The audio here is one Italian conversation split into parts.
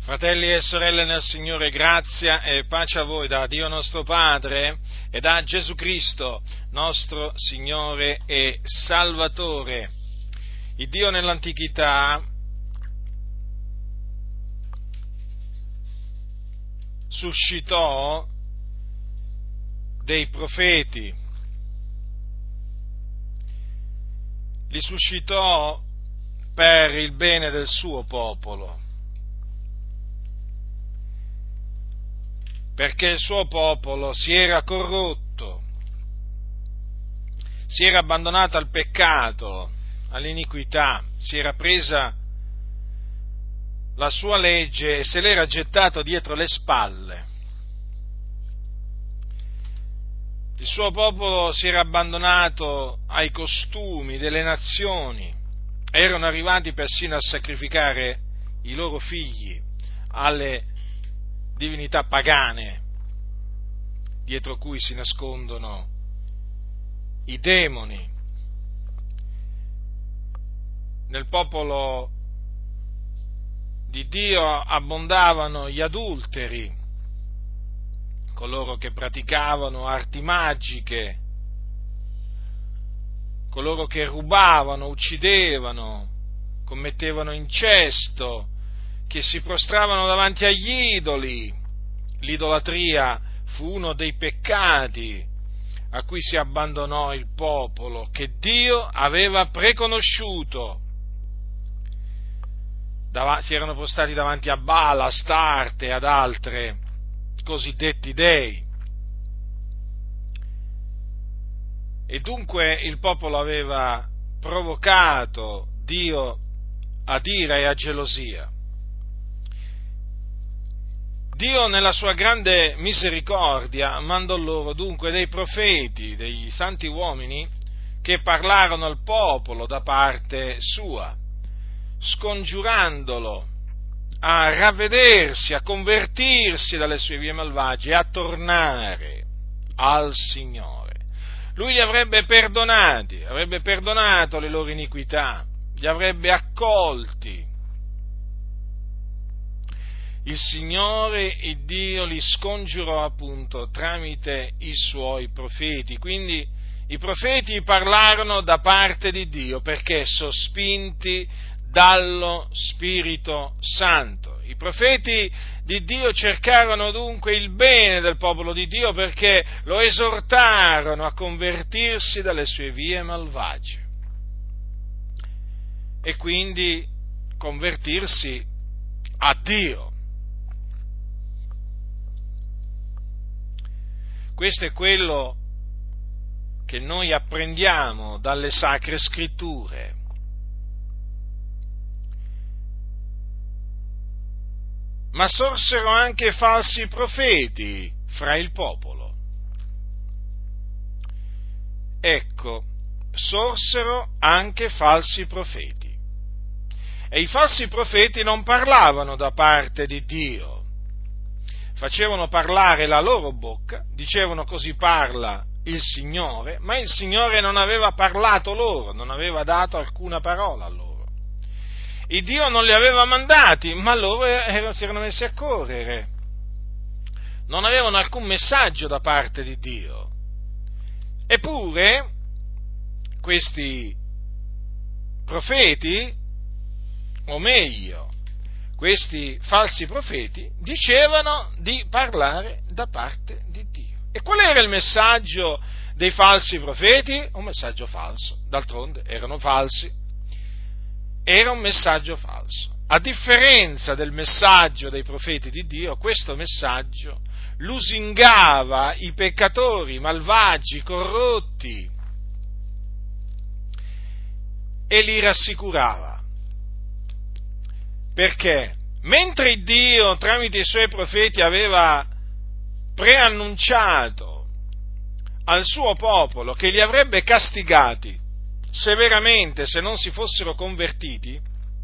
Fratelli e sorelle nel Signore, grazia e pace a voi da Dio nostro Padre e da Gesù Cristo, nostro Signore e Salvatore. Il Dio nell'antichità suscitò dei profeti, li suscitò per il bene del suo popolo, perché il suo popolo si era corrotto, si era abbandonato al peccato, all'iniquità, si era presa la sua legge e se l'era gettato dietro le spalle. Il suo popolo si era abbandonato ai costumi delle nazioni, erano arrivati persino a sacrificare i loro figli alle divinità pagane, dietro cui si nascondono i demoni. Nel popolo di Dio abbondavano gli adulteri, coloro che praticavano arti magiche, coloro che rubavano, uccidevano, commettevano incesto, che si prostravano davanti agli idoli. L'idolatria fu uno dei peccati a cui si abbandonò il popolo, che Dio aveva preconosciuto. Si erano postati davanti a Baal, a Astarte e ad altre cosiddetti dei. E dunque il popolo aveva provocato Dio ad ira e a gelosia. Dio nella sua grande misericordia mandò loro dunque dei profeti, dei santi uomini che parlarono al popolo da parte sua, scongiurandolo a ravvedersi, a convertirsi dalle sue vie malvagie e a tornare al Signore. Lui li avrebbe perdonati, avrebbe perdonato le loro iniquità, li avrebbe accolti. Il Signore, il Dio, li scongiurò appunto tramite i suoi profeti. Quindi i profeti parlarono da parte di Dio perché sospinti dallo Spirito Santo. I profeti di Dio cercarono dunque il bene del popolo di Dio perché lo esortarono a convertirsi dalle sue vie malvagie e quindi convertirsi a Dio. Questo è quello che noi apprendiamo dalle Sacre Scritture. Ma sorsero anche falsi profeti fra il popolo. Ecco, sorsero anche falsi profeti. E i falsi profeti non parlavano da parte di Dio. Facevano parlare la loro bocca, dicevano così parla il Signore, ma il Signore non aveva parlato loro, non aveva dato alcuna parola a loro. Il Dio non li aveva mandati, ma loro si erano messi a correre. Non avevano alcun messaggio da parte di Dio. Eppure, questi profeti, o meglio, questi falsi profeti, dicevano di parlare da parte di Dio. E qual era il messaggio dei falsi profeti? Un messaggio falso. D'altronde erano falsi. Era un messaggio falso. A differenza del messaggio dei profeti di Dio, questo messaggio lusingava i peccatori, i malvagi, corrotti e li rassicurava. Perché mentre Dio tramite i suoi profeti aveva preannunciato al suo popolo che li avrebbe castigati severamente se non si fossero convertiti,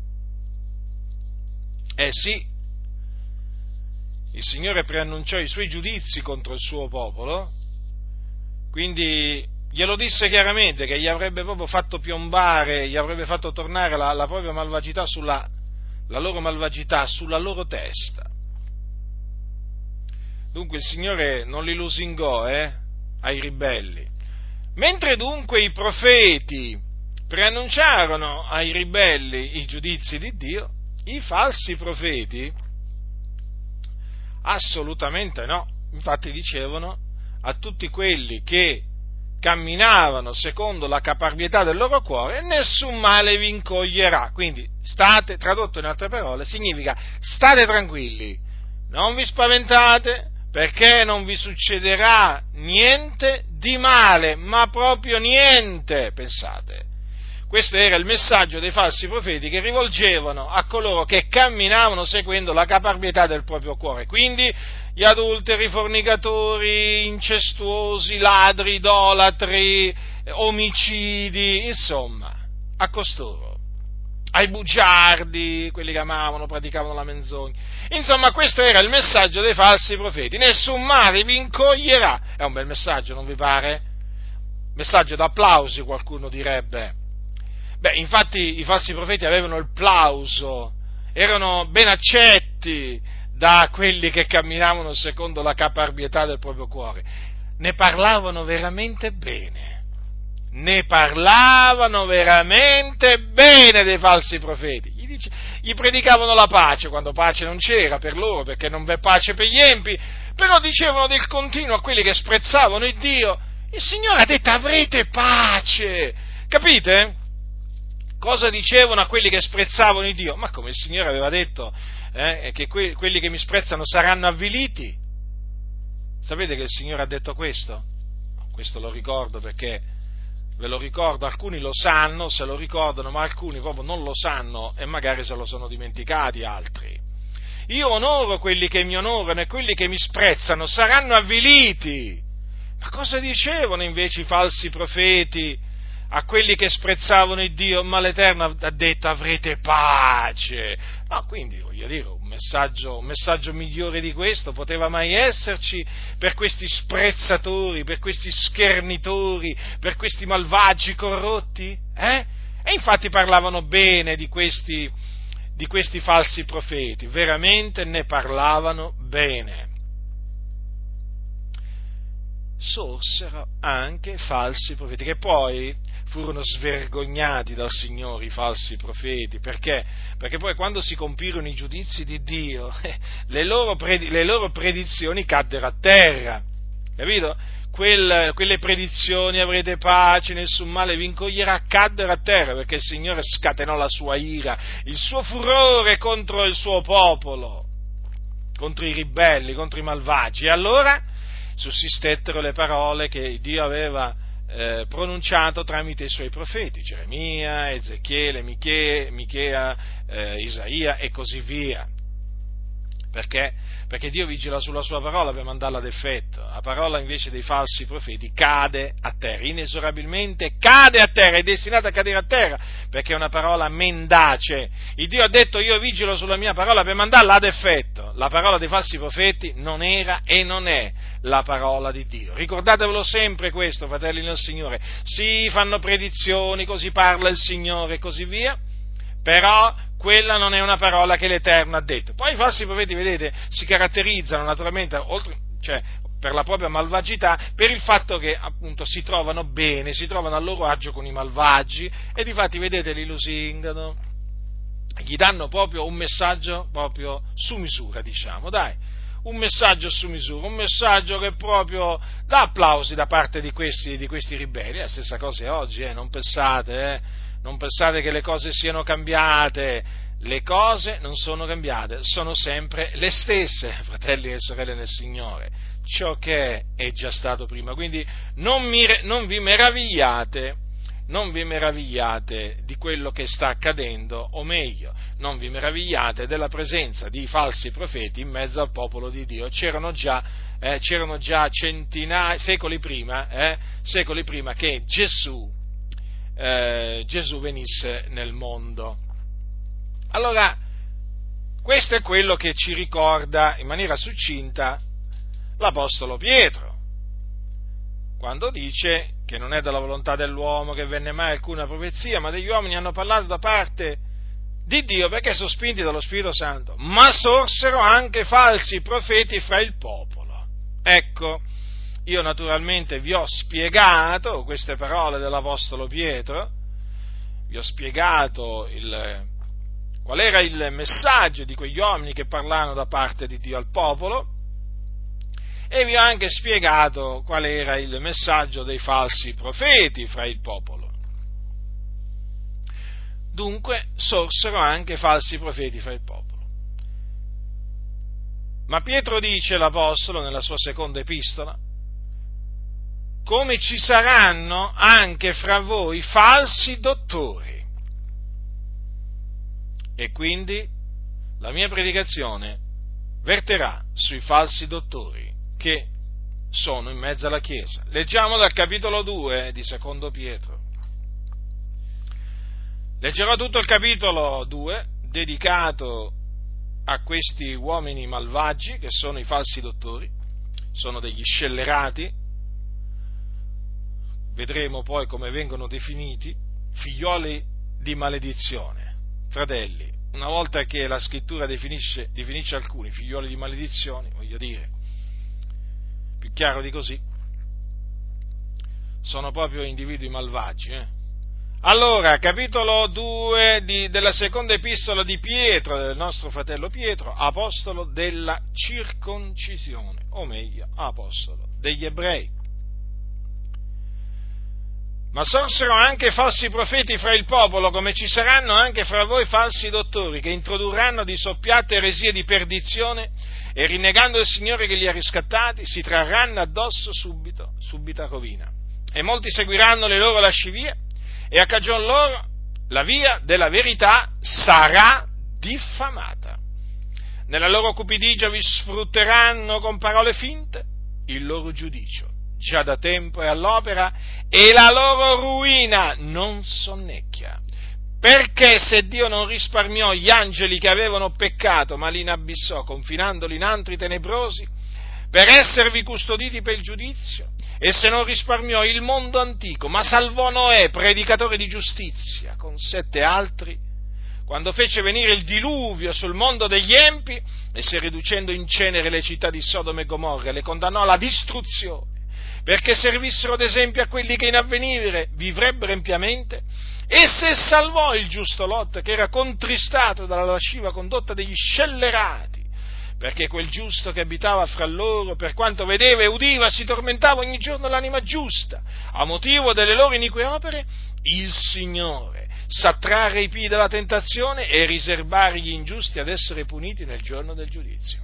sì, il Signore preannunciò i suoi giudizi contro il suo popolo, quindi glielo disse chiaramente che gli avrebbe proprio fatto piombare, gli avrebbe fatto tornare la propria malvagità sulla la loro malvagità sulla loro testa. Dunque il Signore non li lusingò, ai ribelli. Mentre dunque i profeti preannunciarono ai ribelli i giudizi di Dio, i falsi profeti assolutamente no. Infatti dicevano a tutti quelli che camminavano secondo la caparbietà del loro cuore: nessun male vi incoglierà. Quindi tradotto in altre parole, significa: state tranquilli, non vi spaventate, perché non vi succederà niente di male, ma proprio niente, pensate. Questo era il messaggio dei falsi profeti che rivolgevano a coloro che camminavano seguendo la caparbietà del proprio cuore, quindi gli adulteri, i fornicatori, incestuosi, ladri, idolatri, omicidi, insomma, a costoro, ai bugiardi, quelli che amavano, praticavano la menzogna. Insomma, questo era il messaggio dei falsi profeti: nessun male vi incoglierà. È un bel messaggio, non vi pare? Messaggio d'applausi, qualcuno direbbe. Infatti i falsi profeti avevano il plauso, erano ben accetti da quelli che camminavano secondo la caparbietà del proprio cuore. Ne parlavano veramente bene dei falsi profeti. Gli predicavano la pace, quando pace non c'era per loro, perché non v'è pace per gli empi, però dicevano del continuo a quelli che sprezzavano il Dio: il Signore ha detto avrete pace, capite? Cosa dicevano a quelli che sprezzavano il Dio? Ma come, il Signore aveva detto che quelli che mi sprezzano saranno avviliti? Sapete che il Signore ha detto questo? Questo lo ricordo perché ve lo ricordo, alcuni lo sanno, se lo ricordano, ma alcuni proprio non lo sanno e magari se lo sono dimenticati altri. Io onoro quelli che mi onorano e quelli che mi sprezzano saranno avviliti. Ma cosa dicevano invece i falsi profeti a quelli che sprezzavano il Dio? Ma l'Eterno ha detto avrete pace. No, quindi voglio dire, un messaggio migliore di questo poteva mai esserci per questi sprezzatori, per questi schernitori, per questi malvagi corrotti? E infatti parlavano bene di questi falsi profeti, veramente ne parlavano bene. Sorsero anche falsi profeti, che poi furono svergognati dal Signore, i falsi profeti, perché poi quando si compirono i giudizi di Dio, le loro predizioni caddero a terra, capito? Quelle predizioni, avrete pace, nessun male vi incoglierà, caddero a terra, perché il Signore scatenò la sua ira, il suo furore contro il suo popolo, contro i ribelli, contro i malvagi. E allora sussistettero le parole che Dio aveva pronunciato tramite i suoi profeti, Geremia, Ezechiele, Michea, Isaia e così via. Perché Dio vigila sulla sua parola per mandarla ad effetto. La parola invece dei falsi profeti cade a terra, inesorabilmente cade a terra, è destinata a cadere a terra, perché è una parola mendace. Il Dio ha detto: io vigilo sulla mia parola per mandarla ad effetto. La parola dei falsi profeti non era e non è la parola di Dio. Ricordatevelo sempre questo, fratelli nel Signore. Sì, fanno predizioni, così parla il Signore e così via, però quella non è una parola che l'Eterno ha detto. Poi i falsi profeti, vedete, si caratterizzano naturalmente, per la propria malvagità, per il fatto che appunto si trovano bene, si trovano a loro agio con i malvagi, e difatti, vedete, li lusingano, gli danno proprio un messaggio proprio su misura, diciamo, dai, un messaggio su misura, un messaggio che proprio dà applausi da parte di questi ribelli. La stessa cosa è oggi, non pensate che le cose siano cambiate, le cose non sono cambiate, sono sempre le stesse, fratelli e sorelle nel Signore, ciò che è già stato prima, quindi non vi meravigliate di quello che sta accadendo, o meglio, non vi meravigliate della presenza di falsi profeti in mezzo al popolo di Dio. C'erano già secoli prima che Gesù venisse nel mondo. Allora, questo è quello che ci ricorda in maniera succinta l'Apostolo Pietro, quando dice che non è dalla volontà dell'uomo che venne mai alcuna profezia, ma degli uomini hanno parlato da parte di Dio perché sono spinti dallo Spirito Santo, ma sorsero anche falsi profeti fra il popolo. Ecco, io naturalmente vi ho spiegato queste parole dell'Apostolo Pietro, vi ho spiegato qual era il messaggio di quegli uomini che parlavano da parte di Dio al popolo, e vi ho anche spiegato qual era il messaggio dei falsi profeti fra il popolo. Dunque, sorsero anche falsi profeti fra il popolo. Ma Pietro dice, l'Apostolo, nella sua seconda epistola, come ci saranno anche fra voi falsi dottori. E quindi la mia predicazione verterà sui falsi dottori che sono in mezzo alla Chiesa. Leggiamo dal capitolo 2 di secondo Pietro. Leggerò tutto il capitolo 2 dedicato a questi uomini malvagi che sono i falsi dottori, sono degli scellerati, vedremo poi come vengono definiti, figlioli di maledizione. Fratelli, una volta che la Scrittura definisce alcuni figlioli di maledizione, voglio dire, più chiaro di così, sono proprio individui malvagi. Allora, capitolo 2 della seconda epistola di Pietro, del nostro fratello Pietro, apostolo della circoncisione, o meglio, apostolo degli ebrei. Ma sorsero anche falsi profeti fra il popolo, come ci saranno anche fra voi falsi dottori, che introdurranno di soppiatte eresie di perdizione, e rinnegando il Signore che li ha riscattati, si trarranno addosso subita rovina. E molti seguiranno le loro lascivie, e a cagion loro la via della verità sarà diffamata. Nella loro cupidigia vi sfrutteranno con parole finte il loro giudicio. Già da tempo è all'opera, e la loro ruina non sonnecchia. Perché se Dio non risparmiò gli angeli che avevano peccato, ma li inabissò, confinandoli in antri tenebrosi, per esservi custoditi per il giudizio, e se non risparmiò il mondo antico, ma salvò Noè, predicatore di giustizia, con 7 altri, quando fece venire il diluvio sul mondo degli empi, e se riducendo in cenere le città di Sodoma e Gomorra, le condannò alla distruzione, perché servissero d'esempio a quelli che in avvenire vivrebbero empiamente, e se salvò il giusto Lot, che era contristato dalla lasciva condotta degli scellerati, perché quel giusto che abitava fra loro, per quanto vedeva e udiva, si tormentava ogni giorno l'anima giusta, a motivo delle loro inique opere, il Signore sa trarre i piedi dalla tentazione e riservare gli ingiusti ad essere puniti nel giorno del giudizio.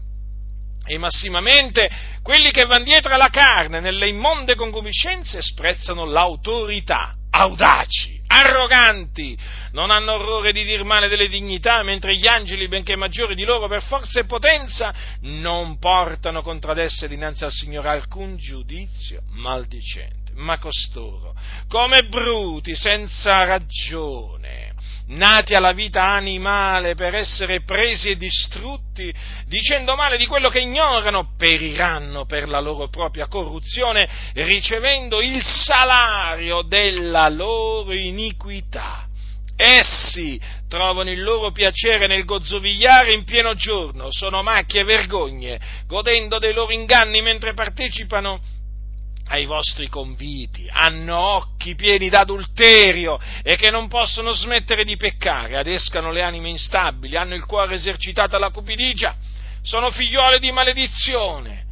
E massimamente quelli che van dietro alla carne nelle immonde concupiscenze sprezzano l'autorità, audaci, arroganti, non hanno orrore di dir male delle dignità, mentre gli angeli, benché maggiori di loro per forza e potenza, non portano contro ad esse dinanzi al Signore alcun giudizio maldicente, ma costoro, come bruti, senza ragione, nati alla vita animale per essere presi e distrutti, dicendo male di quello che ignorano, periranno per la loro propria corruzione, ricevendo il salario della loro iniquità. Essi trovano il loro piacere nel gozzovigliare in pieno giorno, sono macchie e vergogne, godendo dei loro inganni mentre partecipano ai vostri conviti, hanno occhi pieni d'adulterio e che non possono smettere di peccare, adescano le anime instabili, hanno il cuore esercitato alla cupidigia, sono figliuole di maledizione,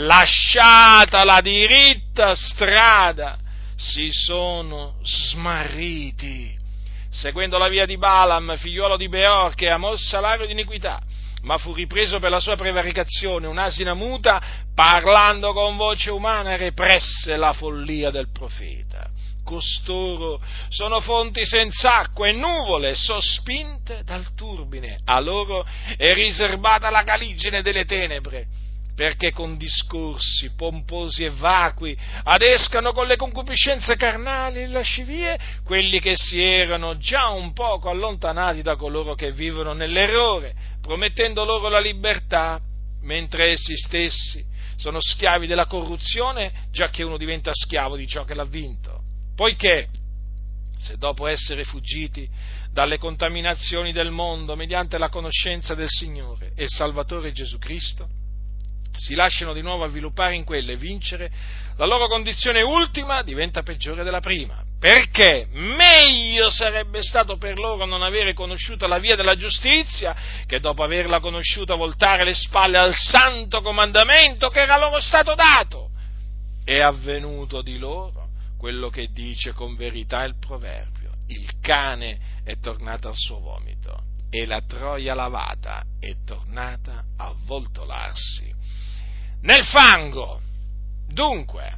lasciata la diritta strada, si sono smarriti, seguendo la via di Balaam, figliuolo di Beor, che amò il salario di iniquità, ma fu ripreso per la sua prevaricazione, un'asina muta, parlando con voce umana, represse la follia del profeta. Costoro sono fonti senza acqua e nuvole, sospinte dal turbine. A loro è riservata la caligine delle tenebre, perché con discorsi pomposi e vacui adescano con le concupiscenze carnali e lascivie quelli che si erano già un poco allontanati da coloro che vivono nell'errore, promettendo loro la libertà, mentre essi stessi sono schiavi della corruzione, già che uno diventa schiavo di ciò che l'ha vinto. Poiché, se dopo essere fuggiti dalle contaminazioni del mondo mediante la conoscenza del Signore e Salvatore Gesù Cristo, si lasciano di nuovo avviluppare in quelle e vincere, la loro condizione ultima diventa peggiore della prima, perché meglio sarebbe stato per loro non avere conosciuto la via della giustizia che dopo averla conosciuta voltare le spalle al santo comandamento che era loro stato dato. È avvenuto di loro quello che dice con verità il proverbio: il cane è tornato al suo vomito e la troia lavata è tornata a voltolarsi nel fango. Dunque,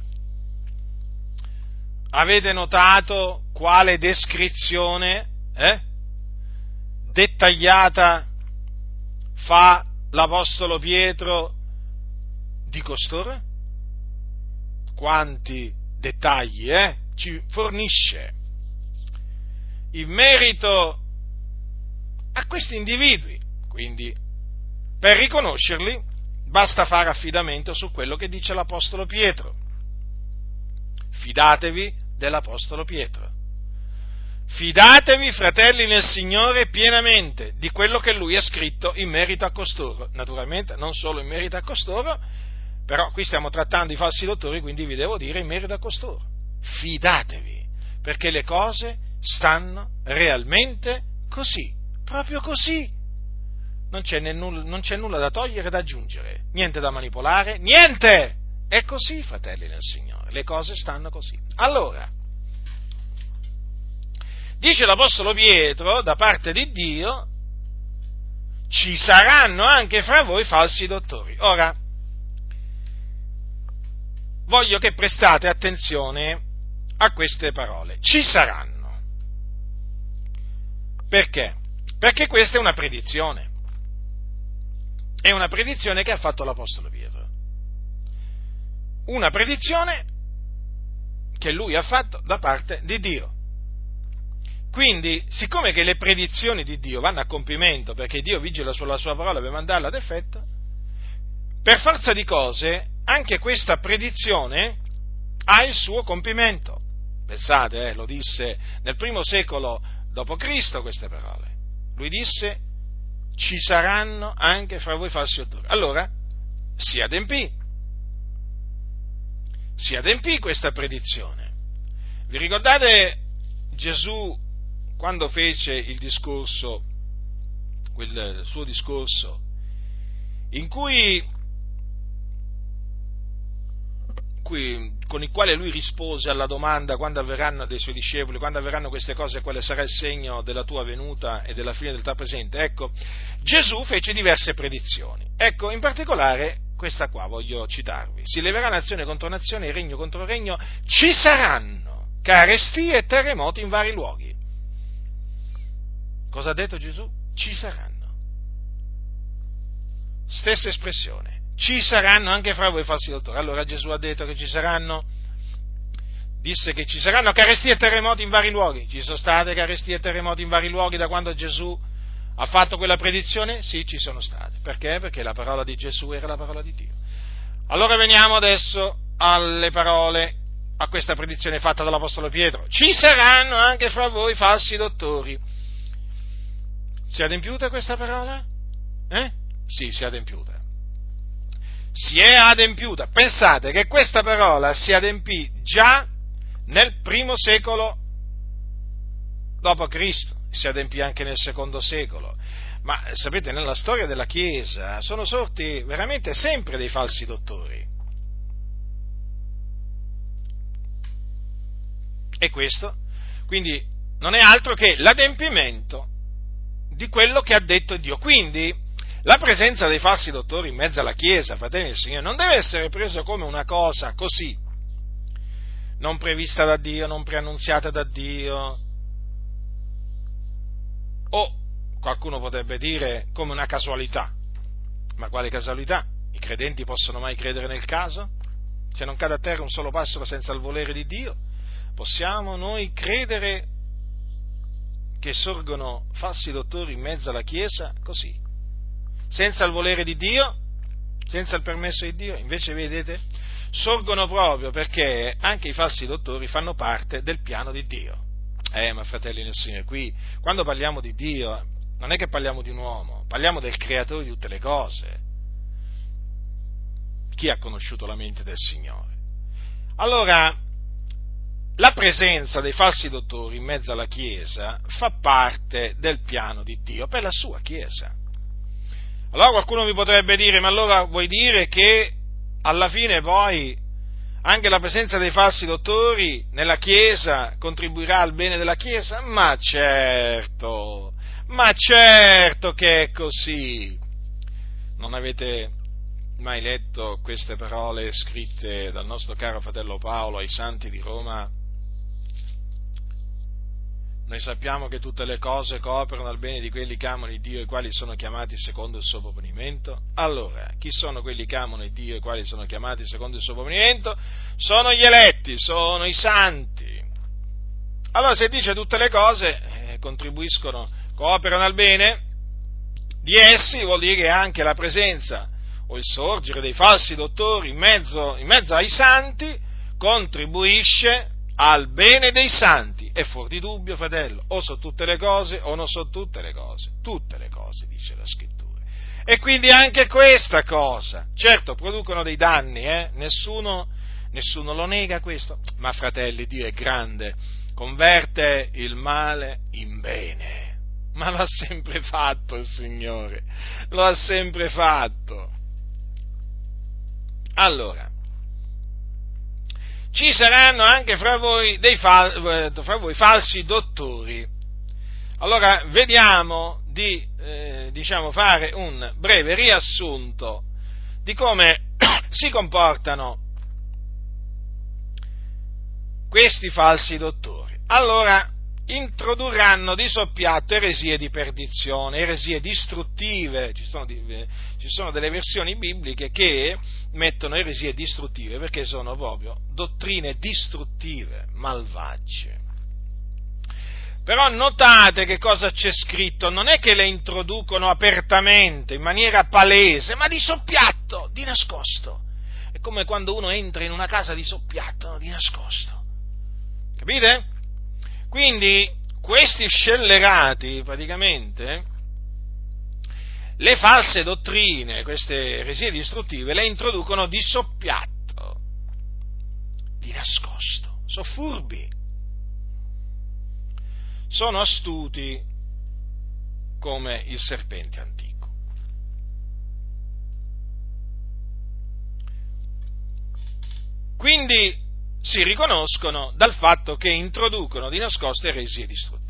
avete notato quale descrizione dettagliata fa l'Apostolo Pietro di costoro? Quanti dettagli ci fornisce in merito a questi individui. Quindi, per riconoscerli basta fare affidamento su quello che dice l'Apostolo Pietro. Fidatevi dell'Apostolo Pietro. Fidatevi, fratelli nel Signore, pienamente di quello che lui ha scritto in merito a costoro. Naturalmente non solo in merito a costoro, però qui stiamo trattando i falsi dottori, quindi vi devo dire in merito a costoro. Fidatevi, perché le cose stanno realmente così, proprio così. Non c'è nulla da togliere, da aggiungere, niente da manipolare, niente! È così, fratelli nel Signore, le cose stanno così. Allora, dice l'Apostolo Pietro, da parte di Dio, ci saranno anche fra voi falsi dottori. Ora, voglio che prestate attenzione a queste parole. Ci saranno. Perché? Perché questa è una predizione. È una predizione che ha fatto l'Apostolo Pietro. Una predizione che lui ha fatto da parte di Dio. Quindi, siccome che le predizioni di Dio vanno a compimento, perché Dio vigila sulla sua parola per mandarla ad effetto, per forza di cose, anche questa predizione ha il suo compimento. Pensate, lo disse nel primo secolo d.C. queste parole. Lui disse: ci saranno anche fra voi falsi dottori. Allora, si adempì questa predizione. Vi ricordate Gesù quando fece il discorso, quel suo discorso, in cui con il quale lui rispose alla domanda quando avverranno dei suoi discepoli, quando avverranno queste cose, quale sarà il segno della tua venuta e della fine dell'età presente? Ecco, Gesù fece diverse predizioni. Ecco, in particolare questa qua voglio citarvi: si leverà nazione contro nazione e regno contro regno, ci saranno carestie e terremoti in vari luoghi. Cosa ha detto Gesù? Ci saranno. Stessa espressione. Ci saranno anche fra voi falsi dottori. Allora Gesù ha detto che ci saranno, disse che ci saranno carestie e terremoti in vari luoghi. Ci sono state carestie e terremoti in vari luoghi da quando Gesù ha fatto quella predizione? Sì, ci sono state. Perché? Perché la parola di Gesù era la parola di Dio. Allora veniamo adesso alle parole, a questa predizione fatta dall'Apostolo Pietro. Ci saranno anche fra voi falsi dottori. Si è adempiuta questa parola? Sì, si è adempiuta. Si è adempiuta. Pensate che questa parola si adempì già nel primo secolo d.C., si adempì anche nel secondo secolo. Ma sapete, nella storia della Chiesa sono sorti veramente sempre dei falsi dottori. E questo, quindi, non è altro che l'adempimento di quello che ha detto Dio. Quindi, la presenza dei falsi dottori in mezzo alla Chiesa, fratelli del Signore, non deve essere preso come una cosa così, non prevista da Dio, non preannunziata da Dio, o qualcuno potrebbe dire come una casualità. Ma quale casualità? I credenti possono mai credere nel caso? Se non cade a terra un solo passero senza il volere di Dio, possiamo noi credere che sorgono falsi dottori in mezzo alla Chiesa così? Senza il volere di Dio, senza il permesso di Dio? Invece, vedete, sorgono proprio perché anche i falsi dottori fanno parte del piano di Dio. Ma fratelli nel Signore, qui, quando parliamo di Dio, non è che parliamo di un uomo, parliamo del creatore di tutte le cose. Chi ha conosciuto la mente del Signore? Allora, la presenza dei falsi dottori in mezzo alla Chiesa fa parte del piano di Dio per la sua Chiesa. Allora qualcuno mi potrebbe dire, ma allora vuoi dire che alla fine poi anche la presenza dei falsi dottori nella Chiesa contribuirà al bene della Chiesa? Ma certo che è così. Non avete mai letto queste parole scritte dal nostro caro fratello Paolo ai santi di Roma? Noi sappiamo che tutte le cose cooperano al bene di quelli che amano il Dio e i quali sono chiamati secondo il suo proponimento. Allora, chi sono quelli che amano il Dio e i quali sono chiamati secondo il suo proponimento? Sono gli eletti, sono i santi. Allora, se dice tutte le cose contribuiscono, cooperano al bene di essi, vuol dire che anche la presenza o il sorgere dei falsi dottori in mezzo ai santi contribuisce al bene dei santi. È fuori di dubbio, fratello, o so tutte le cose o non so tutte le cose, dice la Scrittura. E quindi anche questa cosa, certo, producono dei danni, nessuno lo nega questo, ma fratelli, Dio è grande, converte il male in bene, ma lo ha sempre fatto il Signore, lo ha sempre fatto. Allora, ci saranno anche fra voi falsi dottori. Allora, vediamo di fare un breve riassunto di come si comportano questi falsi dottori. Allora, introdurranno di soppiatto eresie di perdizione, eresie distruttive. Ci sono delle versioni bibliche che mettono eresie distruttive perché sono proprio dottrine distruttive, malvagie. Però notate che cosa c'è scritto, non è che le introducono apertamente, in maniera palese, ma di soppiatto, di nascosto. È come quando uno entra in una casa di soppiatto, no? Di nascosto. Capite? Quindi questi scellerati, praticamente, le false dottrine, queste eresie distruttive, le introducono di soppiatto, di nascosto, sono furbi, sono astuti come il serpente antico. Quindi si riconoscono dal fatto che introducono di nascosto eresie distruttive.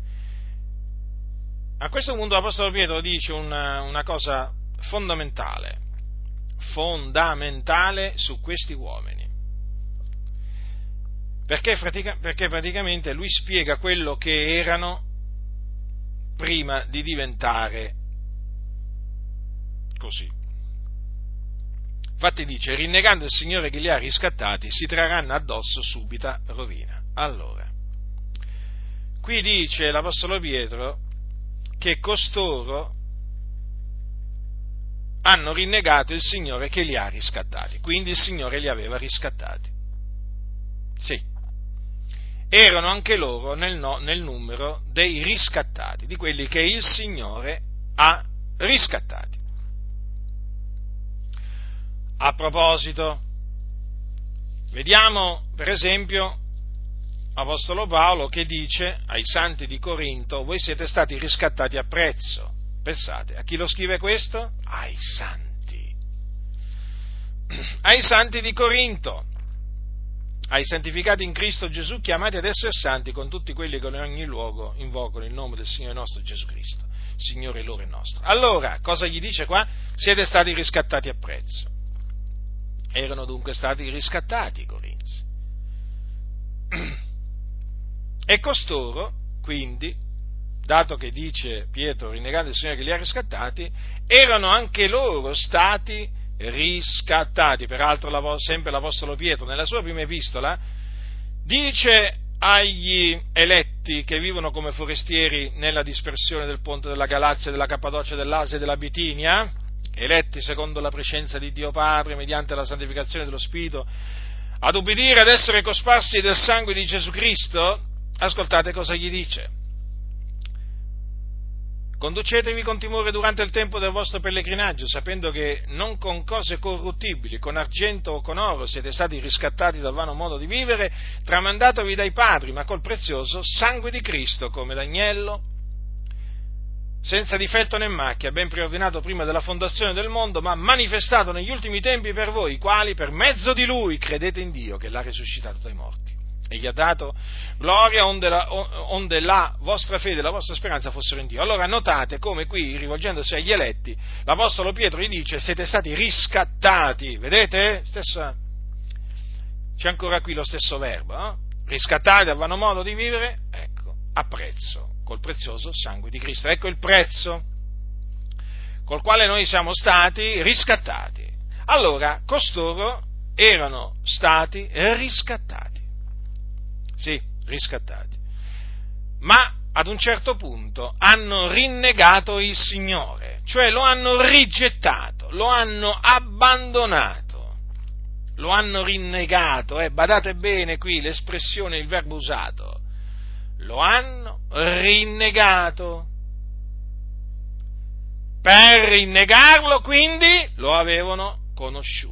A questo punto l'Apostolo Pietro dice una cosa fondamentale su questi uomini, perché praticamente lui spiega quello che erano prima di diventare così. Infatti dice, rinnegando il Signore che li ha riscattati, si trarranno addosso subita rovina. Allora, qui dice l'Apostolo Pietro che costoro hanno rinnegato il Signore che li ha riscattati, quindi il Signore li aveva riscattati. Sì, erano anche loro nel numero dei riscattati, di quelli che il Signore ha riscattati. A proposito, vediamo per esempio Apostolo Paolo che dice ai santi di Corinto: voi siete stati riscattati a prezzo. Pensate, a chi lo scrive questo? Ai santi di Corinto, ai santificati in Cristo Gesù, chiamati ad essere santi con tutti quelli che in ogni luogo invocano il nome del Signore nostro Gesù Cristo, Signore loro e nostro. Allora, cosa gli dice qua? Siete stati riscattati a prezzo. Erano dunque stati riscattati i corinzi. E costoro, quindi, dato che dice Pietro, rinnegando il Signore che li ha riscattati, erano anche loro stati riscattati. Peraltro sempre l'Apostolo Pietro, nella sua prima epistola, dice agli eletti che vivono come forestieri nella dispersione del ponte della Galazia, della Cappadocia, dell'Asia e della Bitinia, eletti secondo la prescenza di Dio Padre, mediante la santificazione dello Spirito, ad ubbidire, ad essere cosparsi del sangue di Gesù Cristo, ascoltate cosa gli dice. Conducetevi con timore durante il tempo del vostro pellegrinaggio, sapendo che non con cose corruttibili, con argento o con oro, siete stati riscattati dal vano modo di vivere, tramandatovi dai padri, ma col prezioso sangue di Cristo, come d'agnello, senza difetto né macchia, ben preordinato prima della fondazione del mondo, ma manifestato negli ultimi tempi per voi, i quali per mezzo di Lui credete in Dio, che l'ha risuscitato dai morti. E gli ha dato gloria onde la vostra fede e la vostra speranza fossero in Dio. Allora notate come qui, rivolgendosi agli eletti, l'Apostolo Pietro gli dice: siete stati riscattati, vedete? C'è ancora qui lo stesso verbo, riscattati dal vano modo di vivere, ecco, a prezzo, col prezioso sangue di Cristo. Ecco il prezzo col quale noi siamo stati riscattati. Allora, costoro erano stati riscattati. Sì, riscattati. Ma ad un certo punto hanno rinnegato il Signore, cioè lo hanno rigettato, lo hanno abbandonato, lo hanno rinnegato, badate bene qui l'espressione, il verbo usato, lo hanno rinnegato. Per rinnegarlo, quindi, lo avevano conosciuto.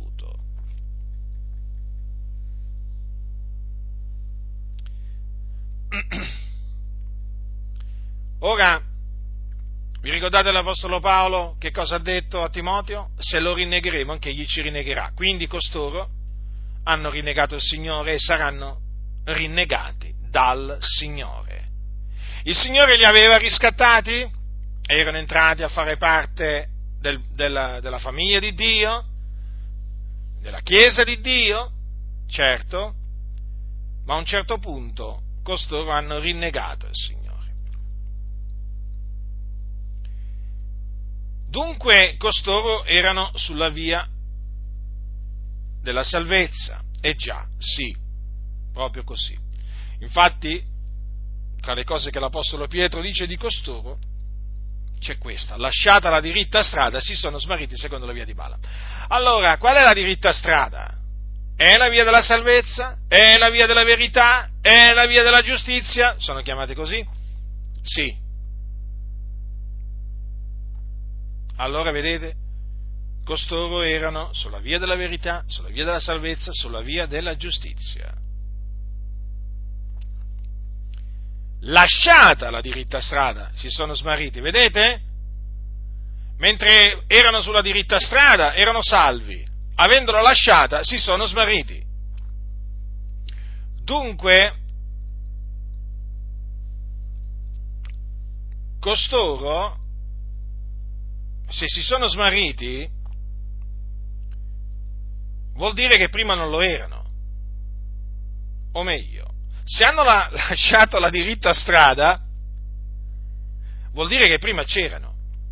Ora, vi ricordate l'Apostolo Paolo che cosa ha detto a Timoteo? Se lo rinnegheremo, anche egli ci rinnegherà. Quindi costoro hanno rinnegato il Signore e saranno rinnegati dal Signore. Il Signore li aveva riscattati, erano entrati a fare parte della famiglia di Dio, della Chiesa di Dio, certo, ma a un certo punto costoro hanno rinnegato il Signore. Dunque costoro erano sulla via della salvezza, e già, sì, proprio così. Infatti, tra le cose che l'Apostolo Pietro dice di costoro, c'è questa: lasciata la diritta strada, si sono smarriti secondo la via di Balaam. Allora, qual è la diritta strada? È la via della salvezza? È la via della verità? È la via della giustizia? Sono chiamate così? Sì. Allora, vedete, costoro erano sulla via della verità, sulla via della salvezza, sulla via della giustizia. Lasciata la diritta strada, si sono smarriti, vedete? Mentre erano sulla diritta strada, erano salvi. Avendola lasciata, si sono smarriti. Dunque, costoro, se si sono smarriti, vuol dire che prima non lo erano. O meglio, se hanno lasciato la diritta strada, vuol dire che prima c'erano.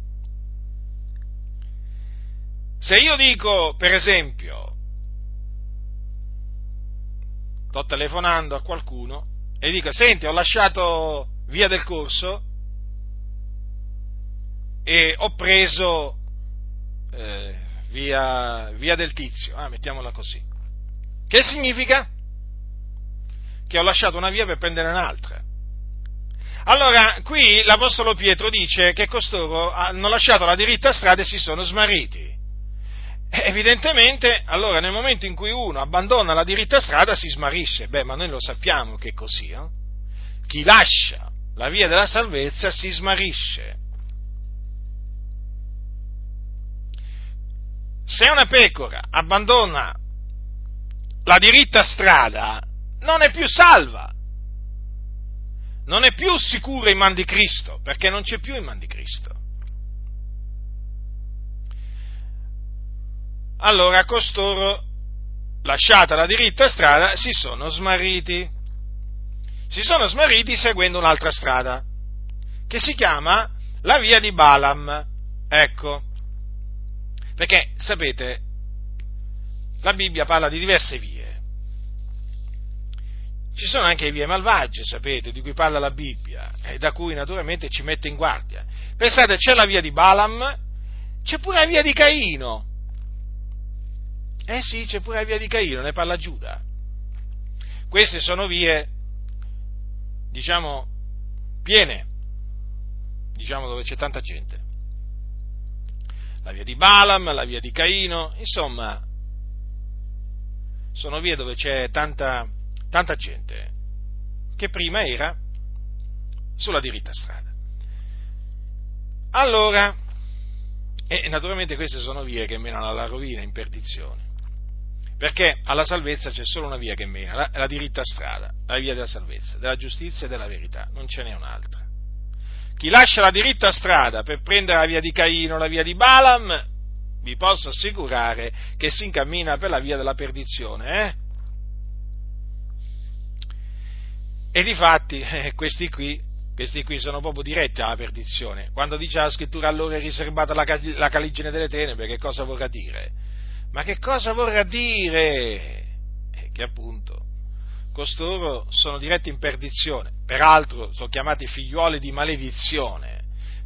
Se io dico, per esempio, sto telefonando a qualcuno e dico: senti, ho lasciato via del Corso e ho preso via del Tizio, mettiamola così. Che significa? Che ho lasciato una via per prendere un'altra. Allora, qui l'Apostolo Pietro dice che costoro hanno lasciato la diritta strada e si sono smarriti. Evidentemente, allora, nel momento in cui uno abbandona la diritta strada si smarrisce. Ma noi lo sappiamo che è così, Chi lascia la via della salvezza si smarrisce. Se una pecora abbandona la diritta strada, non è più salva, non è più sicura in man di Cristo, perché non c'è più in man di Cristo. Allora costoro, lasciata la diritta strada, si sono smarriti seguendo un'altra strada, che si chiama la via di Balaam, ecco, perché, sapete, la Bibbia parla di diverse vie. Ci sono anche vie malvagie, sapete, di cui parla la Bibbia, e da cui naturalmente ci mette in guardia. Pensate, c'è la via di Balaam, c'è pure la via di Caino. Sì, c'è pure la via di Caino, ne parla Giuda. Queste sono vie diciamo, piene, diciamo dove c'è tanta gente. La via di Balaam, la via di Caino, insomma, sono vie dove c'è tanta gente che prima era sulla diritta strada. Allora, e naturalmente queste sono vie che menano alla rovina, in perdizione, perché alla salvezza c'è solo una via che mena, la diritta strada, la via della salvezza, della giustizia e della verità, non ce n'è un'altra. Chi lascia la diritta strada per prendere la via di Caino, la via di Balaam, vi posso assicurare che si incammina per la via della perdizione, E difatti questi qui sono proprio diretti alla perdizione. Quando dice la scrittura allora è riservata la caligine delle tenebre, che cosa vorrà dire? Ma che cosa vorrà dire? Che appunto costoro sono diretti in perdizione, peraltro sono chiamati figliuoli di maledizione,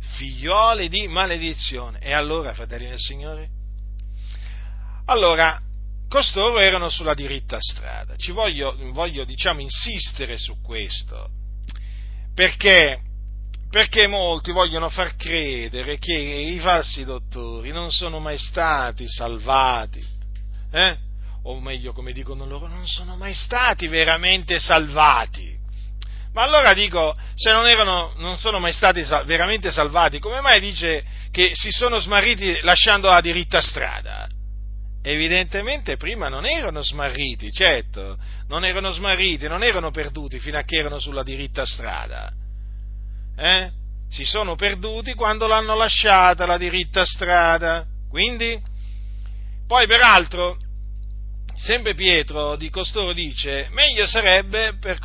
e allora, fratelli del Signore? Allora, costoro erano sulla diritta strada, voglio diciamo insistere su questo, perché molti vogliono far credere che i falsi dottori non sono mai stati salvati, o meglio, come dicono loro, non sono mai stati veramente salvati. Ma allora dico, se non sono mai stati veramente salvati, come mai dice che si sono smarriti lasciando la diritta strada? Evidentemente prima non erano smarriti, certo, non erano perduti fino a che erano sulla diritta strada. Si sono perduti quando l'hanno lasciata la diritta strada. Quindi, poi peraltro, sempre Pietro di costoro dice, meglio sarebbe per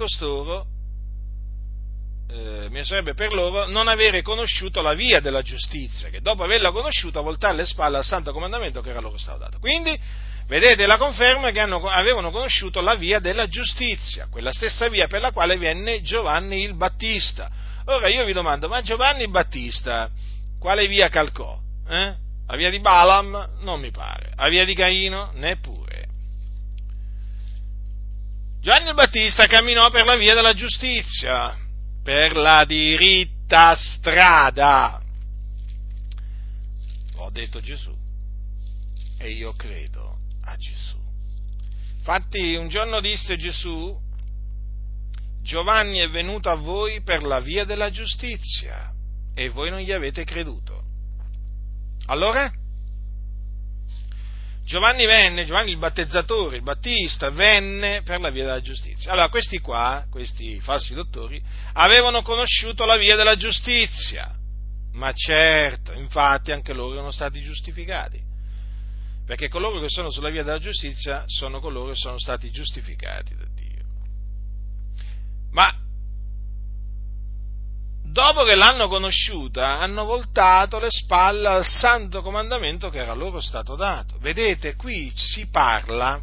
loro non avere conosciuto la via della giustizia, che dopo averla conosciuta voltare le spalle al santo comandamento che era loro stato dato. Quindi, vedete la conferma che avevano conosciuto la via della giustizia, quella stessa via per la quale venne Giovanni il Battista. Ora io vi domando, ma Giovanni il Battista quale via calcò? La via di Balaam? Non mi pare. La via di Caino? Neppure. Giovanni il Battista camminò per la via della giustizia, per la diritta strada. L'ho detto Gesù e io credo a Gesù. Infatti un giorno disse Gesù, Giovanni è venuto a voi per la via della giustizia e voi non gli avete creduto. Allora? Giovanni il battezzatore, il Battista, venne per la via della giustizia. Allora, questi falsi dottori, avevano conosciuto la via della giustizia, ma certo, infatti, anche loro erano stati giustificati, perché coloro che sono sulla via della giustizia sono coloro che sono stati giustificati da Dio. Ma dopo che l'hanno conosciuta, hanno voltato le spalle al santo comandamento che era loro stato dato. Vedete, qui si parla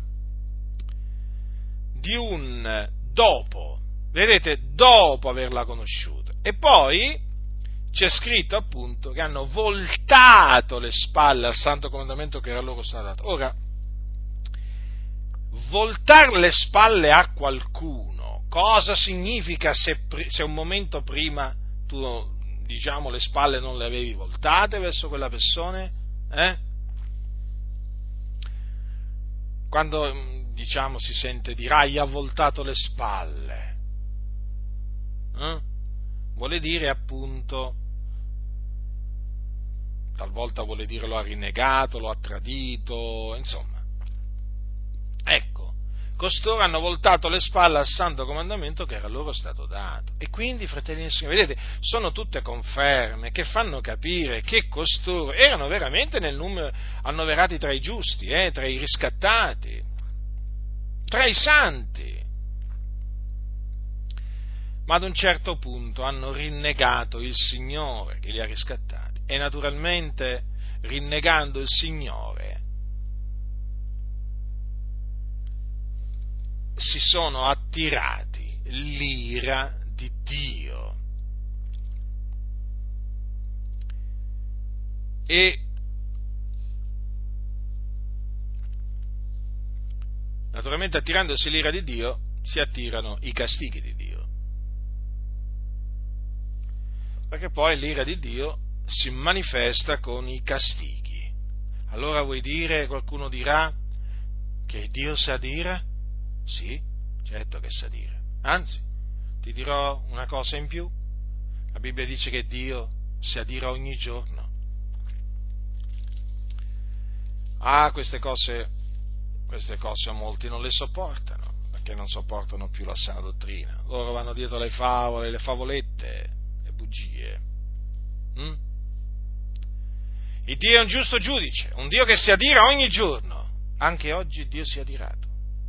di un dopo, dopo averla conosciuta. E poi c'è scritto appunto che hanno voltato le spalle al santo comandamento che era loro stato dato. Ora, voltare le spalle a qualcuno, cosa significa se un momento prima tu, diciamo, le spalle non le avevi voltate verso quella persona? Quando, diciamo, si sente dire, gli ha voltato le spalle, vuole dire appunto, talvolta vuole dire lo ha rinnegato, lo ha tradito, insomma. Ecco. Costoro hanno voltato le spalle al santo comandamento che era loro stato dato. E quindi, fratelli del Signore, vedete, sono tutte conferme che fanno capire che costoro erano veramente nel numero, annoverati tra i giusti, tra i riscattati, tra i santi. Ma ad un certo punto hanno rinnegato il Signore che li ha riscattati. E naturalmente, rinnegando il Signore, si sono attirati l'ira di Dio e naturalmente attirandosi l'ira di Dio si attirano i castighi di Dio. Perché poi l'ira di Dio si manifesta con i castighi. Allora vuoi dire, qualcuno dirà, che Dio si adira? Sì, certo che si adira. Anzi, ti dirò una cosa in più. La Bibbia dice che Dio si adira ogni giorno. Queste cose molti non le sopportano, perché non sopportano più la sana dottrina. Loro vanno dietro le favole, le favolette, le bugie. Il Dio è un giusto giudice, un Dio che si adira ogni giorno. Anche oggi Dio si è adirato.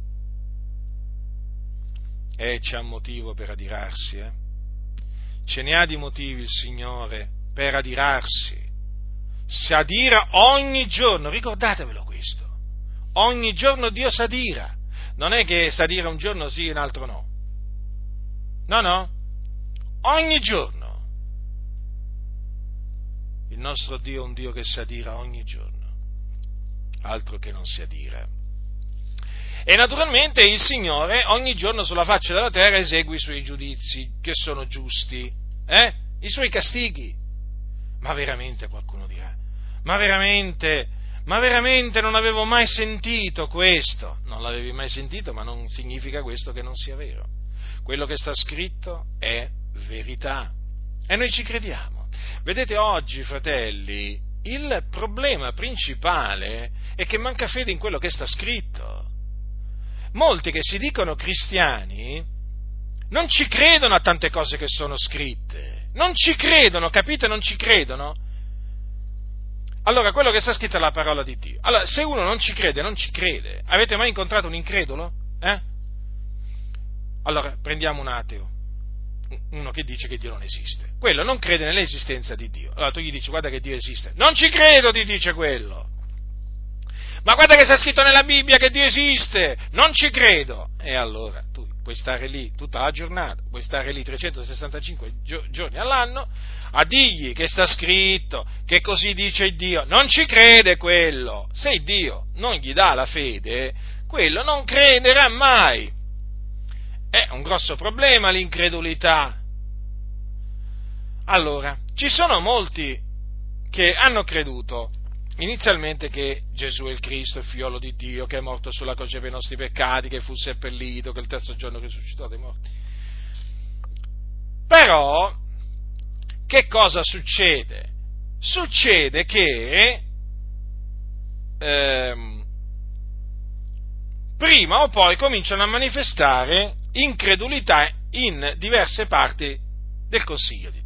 E c'è un motivo per adirarsi, Ce ne ha di motivi il Signore per adirarsi. Si adira ogni giorno, ricordatevelo questo. Ogni giorno Dio si adira. Non è che si adira un giorno sì e un altro no. No. Ogni giorno. Il nostro Dio è un Dio che si adira ogni giorno. Altro che non si adira. E naturalmente il Signore ogni giorno sulla faccia della terra esegue i suoi giudizi, che sono giusti, i suoi castighi. Ma veramente, qualcuno dirà, ma veramente non avevo mai sentito questo. Non l'avevi mai sentito, ma non significa questo che non sia vero. Quello che sta scritto è verità e noi ci crediamo. Vedete, oggi, fratelli, il problema principale è che manca fede in quello che sta scritto. Molti che si dicono cristiani non ci credono a tante cose che sono scritte, non ci credono, capite? Non ci credono. Allora, quello che sta scritto è la parola di Dio. Allora, se uno non ci crede, non ci crede. Avete mai incontrato un incredulo? Allora, prendiamo un ateo, uno che dice che Dio non esiste. Quello non crede nell'esistenza di Dio. Allora tu gli dici, guarda che Dio esiste. Non ci credo, ti dice quello. Ma guarda che sta scritto nella Bibbia che Dio esiste, non ci credo. E allora tu puoi stare lì tutta la giornata, puoi stare lì 365 giorni all'anno a dirgli che sta scritto, che così dice Dio. Non ci crede quello. Se Dio non gli dà la fede, quello non crederà mai. È un grosso problema l'incredulità. Allora, ci sono molti che hanno creduto inizialmente che Gesù è il Cristo, il figliolo di Dio, che è morto sulla croce per i nostri peccati, che fu seppellito, che il terzo giorno risuscitò dai morti. Però, che cosa succede? Succede che prima o poi cominciano a manifestare incredulità in diverse parti del Consiglio di Dio.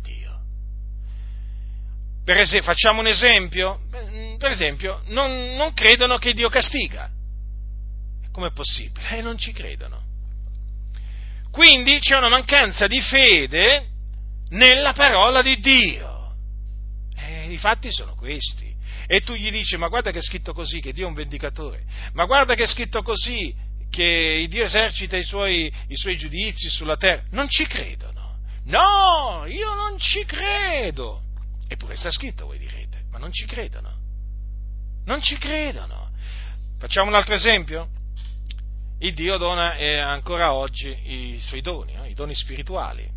Facciamo un esempio? Per esempio, non credono che Dio castiga. Com'è possibile? Non ci credono. Quindi c'è una mancanza di fede nella parola di Dio. I fatti sono questi. E tu gli dici, ma guarda che è scritto così, che Dio è un vendicatore. Ma guarda che è scritto così, che Dio esercita i suoi giudizi sulla terra. Non ci credono. No, io non ci credo. Eppure sta scritto, voi direte, ma non ci credono. Non ci credono. Facciamo un altro esempio? Il Dio dona ancora oggi i suoi doni, i doni spirituali.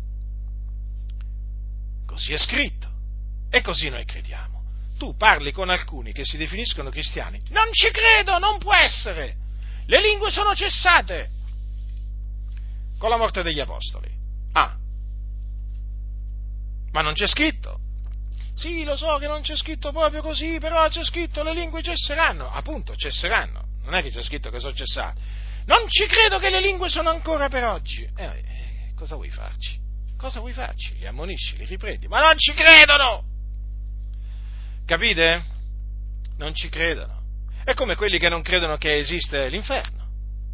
Così è scritto. E così noi crediamo. Tu parli con alcuni che si definiscono cristiani, non ci credo, non può essere. Le lingue sono cessate con la morte degli apostoli. Ma non c'è scritto. Sì, lo so che non c'è scritto proprio così, però c'è scritto le lingue cesseranno. Appunto, cesseranno. Non è che c'è scritto che sono cessate. Non ci credo che le lingue sono ancora per oggi. Cosa vuoi farci? Cosa vuoi farci? Li ammonisci, li riprendi. Ma non ci credono! Capite? Non ci credono. È come quelli che non credono che esiste l'inferno.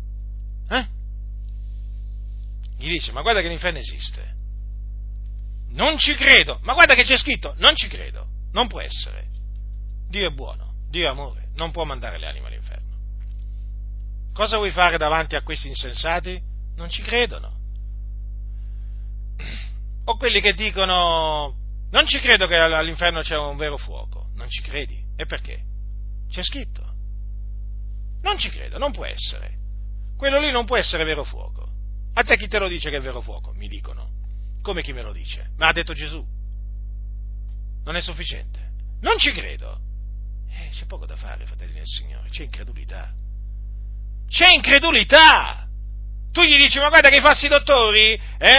Gli dice, ma guarda che l'inferno esiste. Non ci credo, ma guarda che c'è scritto, non ci credo, non può essere. Dio è buono, Dio è amore, non può mandare le anime all'inferno. Cosa vuoi fare davanti a questi insensati? Non ci credono. O quelli che dicono, non ci credo che all'inferno c'è un vero fuoco, non ci credi? E perché? C'è scritto. Non ci credo, non può essere. Quello lì non può essere vero fuoco. A te chi te lo dice che è vero fuoco? Mi dicono. Come chi me lo dice? Me l'ha detto Gesù. Non è sufficiente? Non ci credo. C'è poco da fare, fratelli del Signore, c'è incredulità. C'è incredulità! Tu gli dici, ma guarda che i falsi dottori,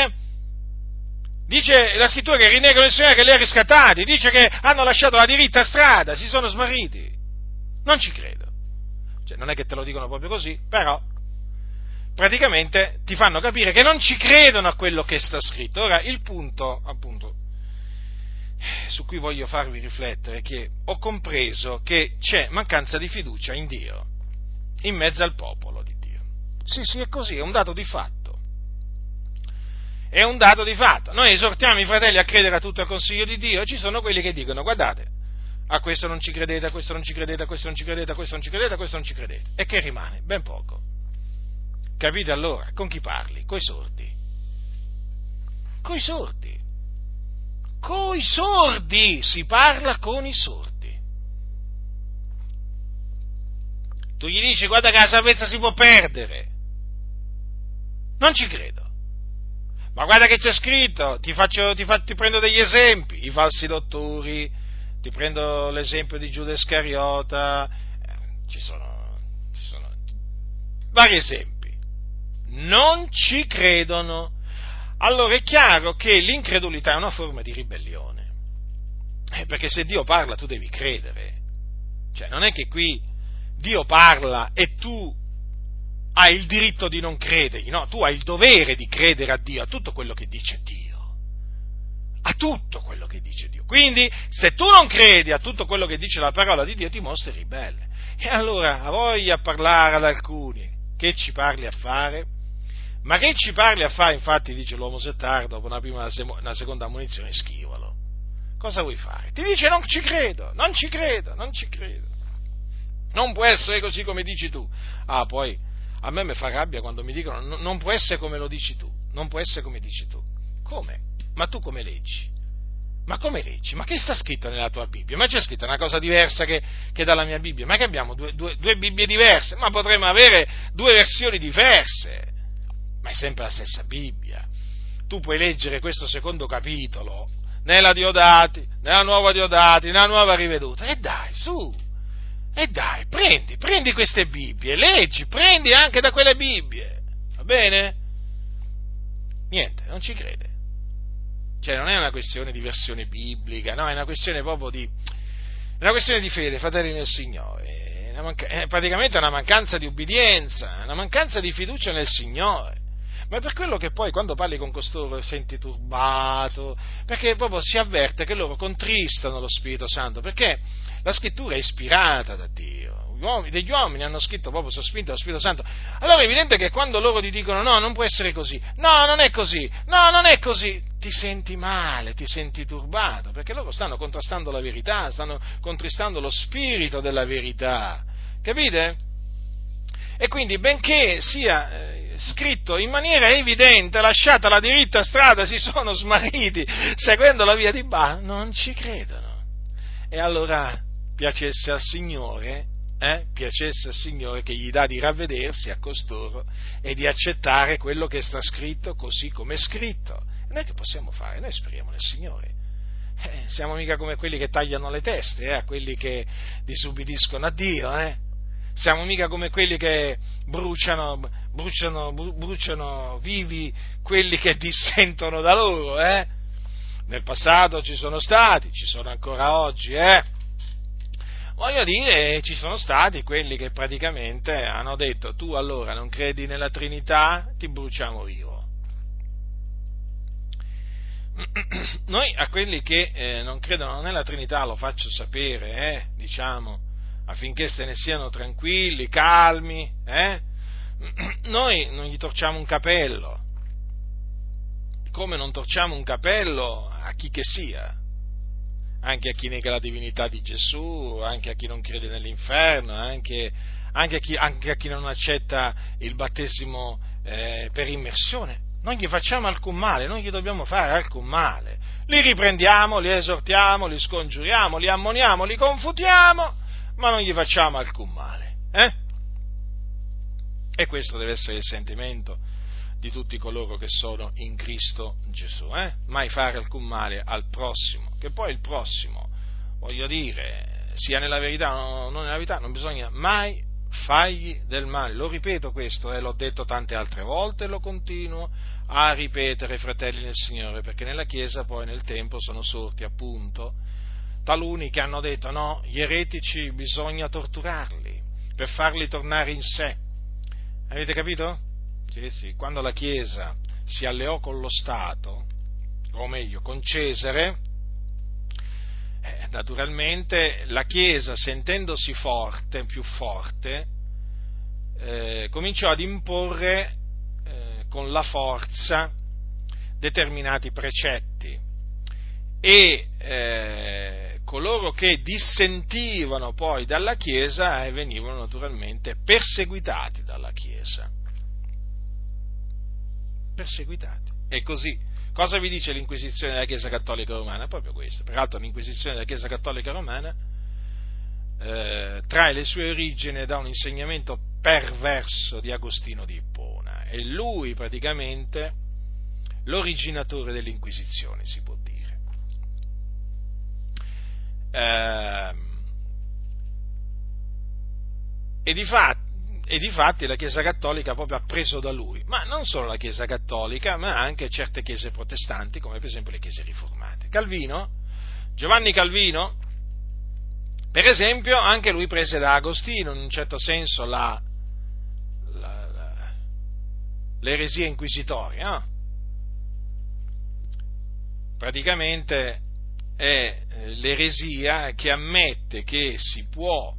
dice la scrittura che rinnegano il Signore che li ha riscattati, dice che hanno lasciato la diritta strada, si sono smarriti. Non ci credo. Cioè, non è che te lo dicono proprio così, però praticamente ti fanno capire che non ci credono a quello che sta scritto. Ora, il punto, appunto, su cui voglio farvi riflettere è che ho compreso che c'è mancanza di fiducia in Dio, in mezzo al popolo di Dio. Sì, è così, è un dato di fatto. È un dato di fatto. Noi esortiamo i fratelli a credere a tutto il consiglio di Dio, e ci sono quelli che dicono, guardate, a questo non ci credete, a questo non ci credete, a questo non ci credete, a questo non ci credete, a questo non ci credete. E che rimane? Ben poco. Capite allora? Con chi parli? Coi sordi. Coi sordi. Coi sordi! Si parla con i sordi. Tu gli dici, guarda che la salvezza si può perdere. Non ci credo. Ma guarda che c'è scritto, ti prendo degli esempi, i falsi dottori, ti prendo l'esempio di Giuda Iscariota, ci sono vari esempi. Non ci credono. Allora è chiaro che l'incredulità è una forma di ribellione, perché se Dio parla tu devi credere, cioè non è che qui Dio parla e tu hai il diritto di non credergli, no, tu hai il dovere di credere a Dio, a tutto quello che dice Dio, a tutto quello che dice Dio. Quindi se tu non credi a tutto quello che dice la parola di Dio ti mostri ribelle, e allora a voglia parlare ad alcuni, che ci parli a fare? Ma che ci parli a fare? Infatti dice l'uomo settardo, dopo una prima e una seconda ammonizione, schivalo. Cosa vuoi fare? Ti dice non ci credo. Non può essere così come dici tu. Ah, poi a me mi fa rabbia quando mi dicono non può essere come lo dici tu. Non può essere come dici tu. Come? Ma tu come leggi? Ma come leggi? Ma che sta scritto nella tua Bibbia? Ma c'è scritto una cosa diversa che dalla mia Bibbia? Ma che abbiamo due Bibbie diverse? Ma potremmo avere due versioni diverse. Ma è sempre la stessa Bibbia. Tu puoi leggere questo secondo capitolo nella Diodati, nella nuova Diodati, nella nuova riveduta, e dai, su, e dai, prendi queste Bibbie, leggi, prendi anche da quelle Bibbie, va bene? Niente, non ci crede. Cioè non è una questione di versione biblica, no, è una questione proprio è una questione di fede, fratelli nel Signore, è praticamente una mancanza di ubbidienza, una mancanza di fiducia nel Signore. Ma è per quello che poi quando parli con costoro senti turbato, perché proprio si avverte che loro contristano lo Spirito Santo, perché la scrittura è ispirata da Dio, degli uomini hanno scritto proprio sospinti dallo Spirito Santo. Allora è evidente che quando loro ti dicono no, non può essere così, no, non è così, no, non è così, ti senti male, ti senti turbato, perché loro stanno contrastando la verità, stanno contristando lo spirito della verità, capite? E quindi benché sia scritto in maniera evidente, lasciata la diritta strada, si sono smarriti seguendo la via di Baal, non ci credono. E allora piacesse al Signore che gli dà di ravvedersi a costoro e di accettare quello che sta scritto così come è scritto. E noi che possiamo fare? Noi speriamo nel Signore. Siamo mica come quelli che tagliano le teste a quelli che disubbidiscono a Dio, Siamo mica come quelli che bruciano vivi quelli che dissentono da loro, Nel passato ci sono stati, ci sono ancora oggi, Voglio dire, ci sono stati quelli che praticamente hanno detto: tu allora non credi nella Trinità, ti bruciamo vivo. Noi a quelli che non credono nella Trinità lo faccio sapere, affinché se ne siano tranquilli, calmi, Noi non gli torciamo un capello, come non torciamo un capello a chi che sia, anche a chi nega la divinità di Gesù, anche a chi non crede nell'inferno, anche a chi non accetta il battesimo per immersione. Non gli facciamo alcun male, non gli dobbiamo fare alcun male. Li riprendiamo, li esortiamo, li scongiuriamo, li ammoniamo, li confutiamo, ma non gli facciamo alcun male. E questo deve essere il sentimento di tutti coloro che sono in Cristo Gesù, mai fare alcun male al prossimo, che poi il prossimo, voglio dire, sia nella verità o non nella verità, non bisogna mai fargli del male. Lo ripeto questo, l'ho detto tante altre volte e lo continuo a ripetere, fratelli nel Signore, perché nella Chiesa poi nel tempo sono sorti appunto taluni che hanno detto no, gli eretici bisogna torturarli per farli tornare in sé. Avete capito? Sì, quando la Chiesa si alleò con lo Stato, o meglio con Cesare, naturalmente la Chiesa, sentendosi più forte, cominciò ad imporre con la forza determinati precetti e coloro che dissentivano poi dalla Chiesa venivano naturalmente perseguitati dalla Chiesa. Perseguitati. E così, cosa vi dice l'Inquisizione della Chiesa Cattolica Romana? Proprio questo. Peraltro l'Inquisizione della Chiesa Cattolica Romana trae le sue origini da un insegnamento perverso di Agostino di Ippona. È lui praticamente l'originatore dell'Inquisizione, si può dire. E difatti la Chiesa Cattolica proprio ha preso da lui, ma non solo la Chiesa Cattolica, ma anche certe chiese protestanti, come per esempio le chiese riformate. Giovanni Calvino, per esempio, anche lui prese da Agostino, in un certo senso, l'eresia inquisitoria, no? Praticamente è l'eresia che ammette che si può,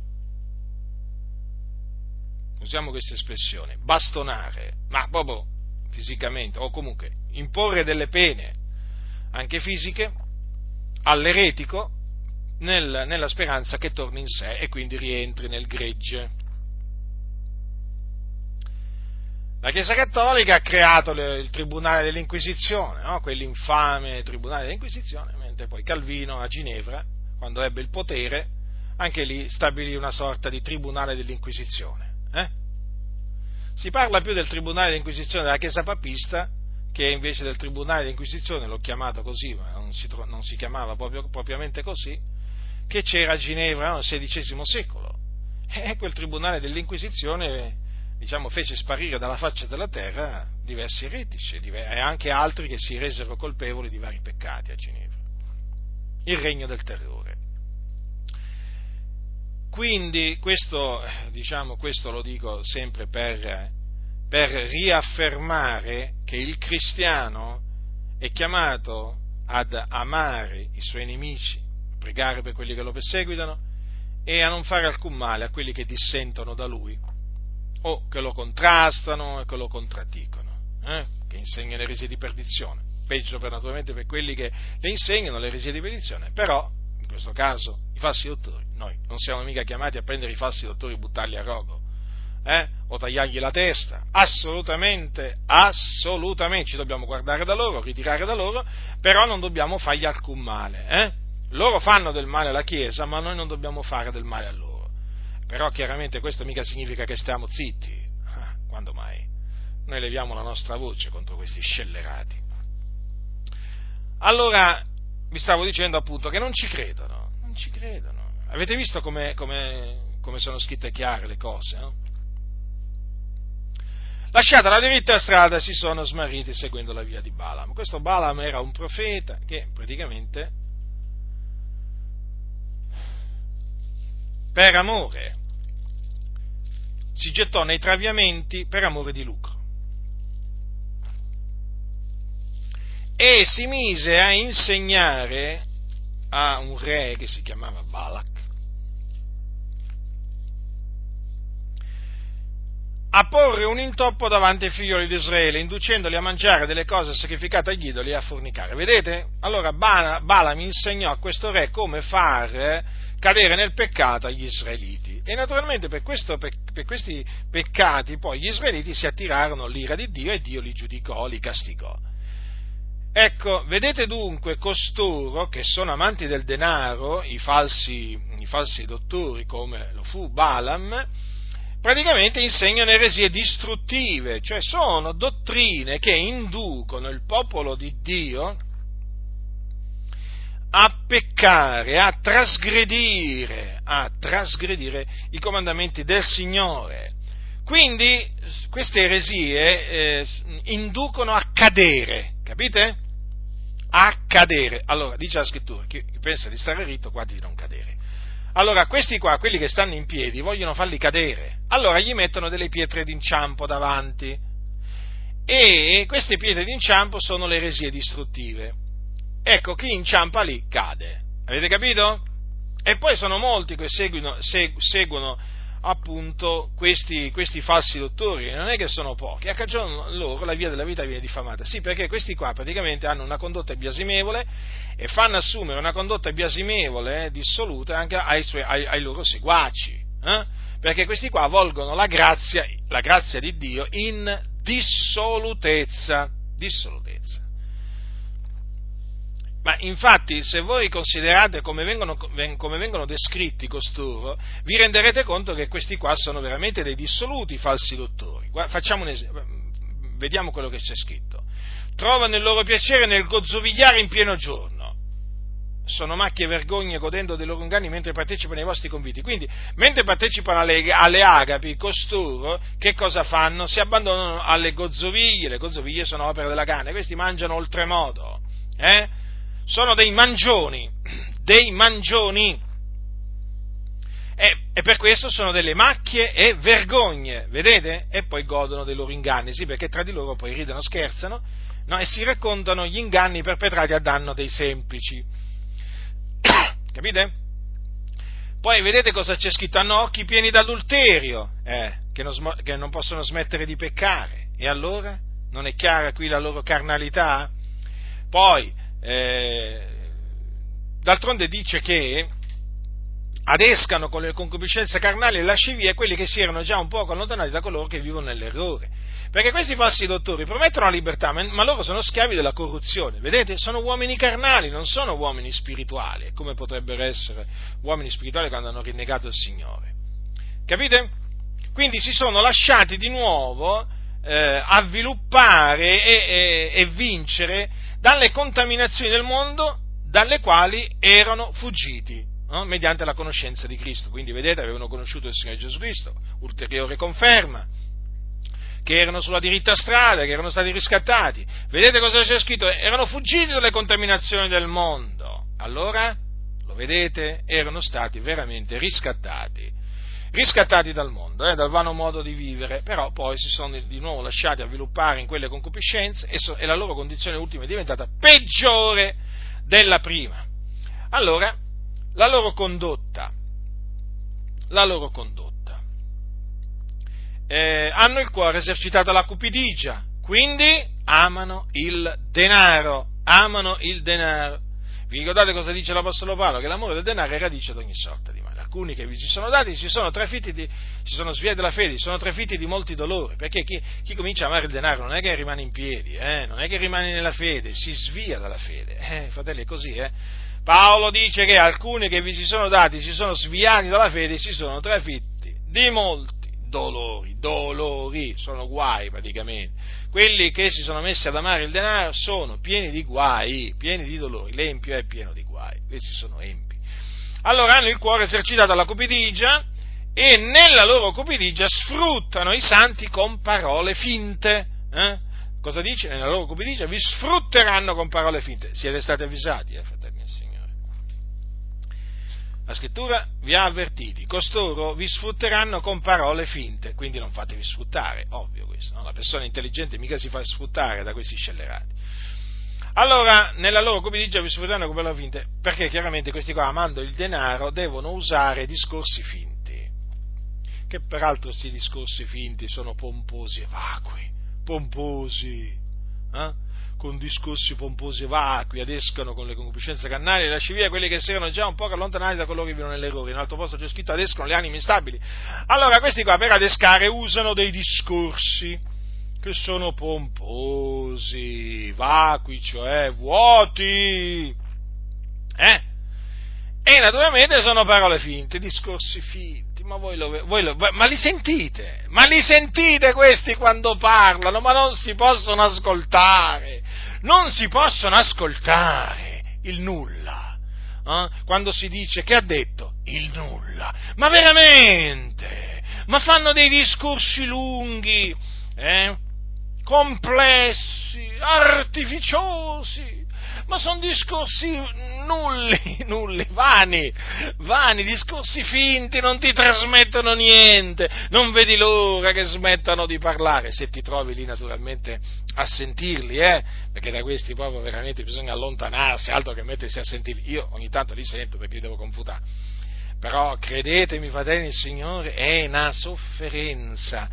usiamo questa espressione, bastonare, ma proprio fisicamente, o comunque imporre delle pene, anche fisiche, all'eretico, nella speranza che torni in sé e quindi rientri nel gregge. La Chiesa Cattolica ha creato il Tribunale dell'Inquisizione, no? Quell'infame Tribunale dell'Inquisizione, mentre poi Calvino a Ginevra, quando ebbe il potere, anche lì stabilì una sorta di Tribunale dell'Inquisizione. Si parla più del Tribunale dell'Inquisizione della Chiesa Papista che invece del Tribunale dell'Inquisizione, l'ho chiamato così, ma non si chiamava propriamente così, che c'era a Ginevra nel XVI secolo. E quel Tribunale dell'Inquisizione, fece sparire dalla faccia della terra diversi eretici e anche altri che si resero colpevoli di vari peccati a Ginevra. Il regno del terrore. Quindi questo lo dico sempre per riaffermare che il cristiano è chiamato ad amare i suoi nemici, pregare per quelli che lo perseguitano e a non fare alcun male a quelli che dissentono da lui o che lo contrastano e che lo contraddicono, che insegnano eresie di perdizione. Peggio naturalmente per quelli che le insegnano le eresie di perdizione, però in questo caso i falsi dottori, noi non siamo mica chiamati a prendere i falsi dottori e buttarli a rogo, o tagliargli la testa, assolutamente, ci dobbiamo guardare da loro, ritirare da loro, però non dobbiamo fargli alcun male, Loro fanno del male alla Chiesa, ma noi non dobbiamo fare del male a loro. Però chiaramente questo mica significa che stiamo zitti, quando mai? Noi leviamo la nostra voce contro questi scellerati. Allora, vi stavo dicendo appunto che non ci credono. Avete visto come sono scritte chiare le cose, no? Lasciata la diritta strada si sono smarriti seguendo la via di Balaam. Questo Balaam era un profeta che praticamente per amore si gettò nei traviamenti per amore di lucro e si mise a insegnare a un re che si chiamava Balak a porre un intoppo davanti ai figlioli di Israele, inducendoli a mangiare delle cose sacrificate agli idoli e a fornicare. Vedete? Allora Balaam insegnò a questo re come far cadere nel peccato agli israeliti. E naturalmente per questi peccati poi gli israeliti si attirarono l'ira di Dio e Dio li giudicò, li castigò. Ecco, vedete dunque costoro che sono amanti del denaro, i falsi dottori come lo fu Balaam, praticamente insegnano eresie distruttive, cioè sono dottrine che inducono il popolo di Dio a peccare, a trasgredire i comandamenti del Signore. Quindi queste eresie inducono a cadere, capite? A cadere. Allora, dice la Scrittura, chi pensa di stare ritto, guardi di non cadere. Allora, questi qua, quelli che stanno in piedi, vogliono farli cadere. Allora gli mettono delle pietre d'inciampo davanti. E queste pietre d'inciampo sono le eresie distruttive. Ecco, chi inciampa lì cade. Avete capito? E poi sono molti che seguono appunto questi falsi dottori, non è che sono pochi, a cagione loro la via della vita viene diffamata. Sì, perché questi qua praticamente hanno una condotta biasimevole e fanno assumere una condotta biasimevole, dissoluta anche ai loro seguaci, perché questi qua volgono la grazia di Dio in dissolutezza. Ma infatti, se voi considerate come vengono descritti costoro, vi renderete conto che questi qua sono veramente dei dissoluti falsi dottori. Facciamo un esempio, vediamo quello che c'è scritto. Trovano il loro piacere nel gozzovigliare in pieno giorno. Sono macchie e vergogne godendo dei loro inganni mentre partecipano ai vostri conviti. Quindi, mentre partecipano alle agapi, costoro, che cosa fanno? Si abbandonano alle gozzoviglie. Le gozzoviglie sono opera della carne. Questi mangiano oltremodo, sono dei mangioni, e per questo sono delle macchie e vergogne, vedete? E poi godono dei loro inganni, sì, perché tra di loro poi ridono, scherzano, no? E si raccontano gli inganni perpetrati a danno dei semplici, capite? Poi vedete cosa c'è scritto? Hanno occhi pieni d'adulterio, che non possono smettere di peccare, e allora? Non è chiara qui la loro carnalità? Poi, d'altronde dice che adescano con le concupiscenze carnali e lascivie quelli che si erano già un poco allontanati da coloro che vivono nell'errore. Perché questi falsi dottori promettono la libertà, ma loro sono schiavi della corruzione. Vedete? Sono uomini carnali, non sono uomini spirituali, come potrebbero essere uomini spirituali quando hanno rinnegato il Signore. Capite? Quindi si sono lasciati di nuovo avviluppare e vincere dalle contaminazioni del mondo dalle quali erano fuggiti, no? Mediante la conoscenza di Cristo. Quindi vedete, avevano conosciuto il Signore Gesù Cristo, ulteriore conferma che erano sulla diritta strada, che erano stati riscattati. Vedete cosa c'è scritto? Erano fuggiti dalle contaminazioni del mondo. Allora, lo vedete? Erano stati veramente riscattati dal mondo, dal vano modo di vivere, però poi si sono di nuovo lasciati avviluppare in quelle concupiscenze e la loro condizione ultima è diventata peggiore della prima. Allora, la loro condotta, hanno il cuore esercitato alla cupidigia, quindi amano il denaro. Vi ricordate cosa dice l'Apostolo Paolo? Che l'amore del denaro è radice di ogni sorta di male. Alcuni che vi si sono dati si sono sviati della fede, si sono trafitti di molti dolori, perché chi comincia a amare il denaro non è che rimane in piedi, non è che rimane nella fede, si svia dalla fede, fratelli, è così, Paolo dice che alcuni che vi si sono dati si sono sviati dalla fede e si sono trafitti di molti dolori, sono guai praticamente. Quelli che si sono messi ad amare il denaro sono pieni di guai, pieni di dolori. L'empio è pieno di guai, questi sono empi. Allora hanno il cuore esercitato alla cupidigia e nella loro cupidigia sfruttano i santi con parole finte. Cosa dice? Nella loro cupidigia vi sfrutteranno con parole finte. Siete stati avvisati, fratelli del Signore. La Scrittura vi ha avvertiti, costoro vi sfrutteranno con parole finte, quindi non fatevi sfruttare, ovvio questo, no? La persona intelligente mica si fa sfruttare da questi scellerati. Allora, nella loro cupidigia vi sfrutteranno con parole finte, perché chiaramente questi qua, amando il denaro, devono usare discorsi finti, che peraltro questi discorsi finti sono pomposi e vacui, con discorsi pomposi e vacui, adescano con le concupiscenze carnali e lascivia quelli che si erano già un po' allontanati da coloro che vivono nell'errore. In altro posto c'è scritto adescano le anime instabili. Allora questi qua per adescare usano dei discorsi che sono pomposi, vacui, cioè vuoti, e naturalmente sono parole finte, discorsi finti, ma li sentite? Ma li sentite questi quando parlano? Ma non si possono ascoltare il nulla. Quando si dice che ha detto il nulla, ma veramente? Ma fanno dei discorsi lunghi, complessi, artificiosi, ma sono discorsi nulli, vani, discorsi finti, non ti trasmettono niente, non vedi l'ora che smettano di parlare, se ti trovi lì naturalmente a sentirli, perché da questi proprio veramente bisogna allontanarsi, altro che mettersi a sentirli. Io ogni tanto li sento perché li devo confutare. Però credetemi, fratelli del Signore, è una sofferenza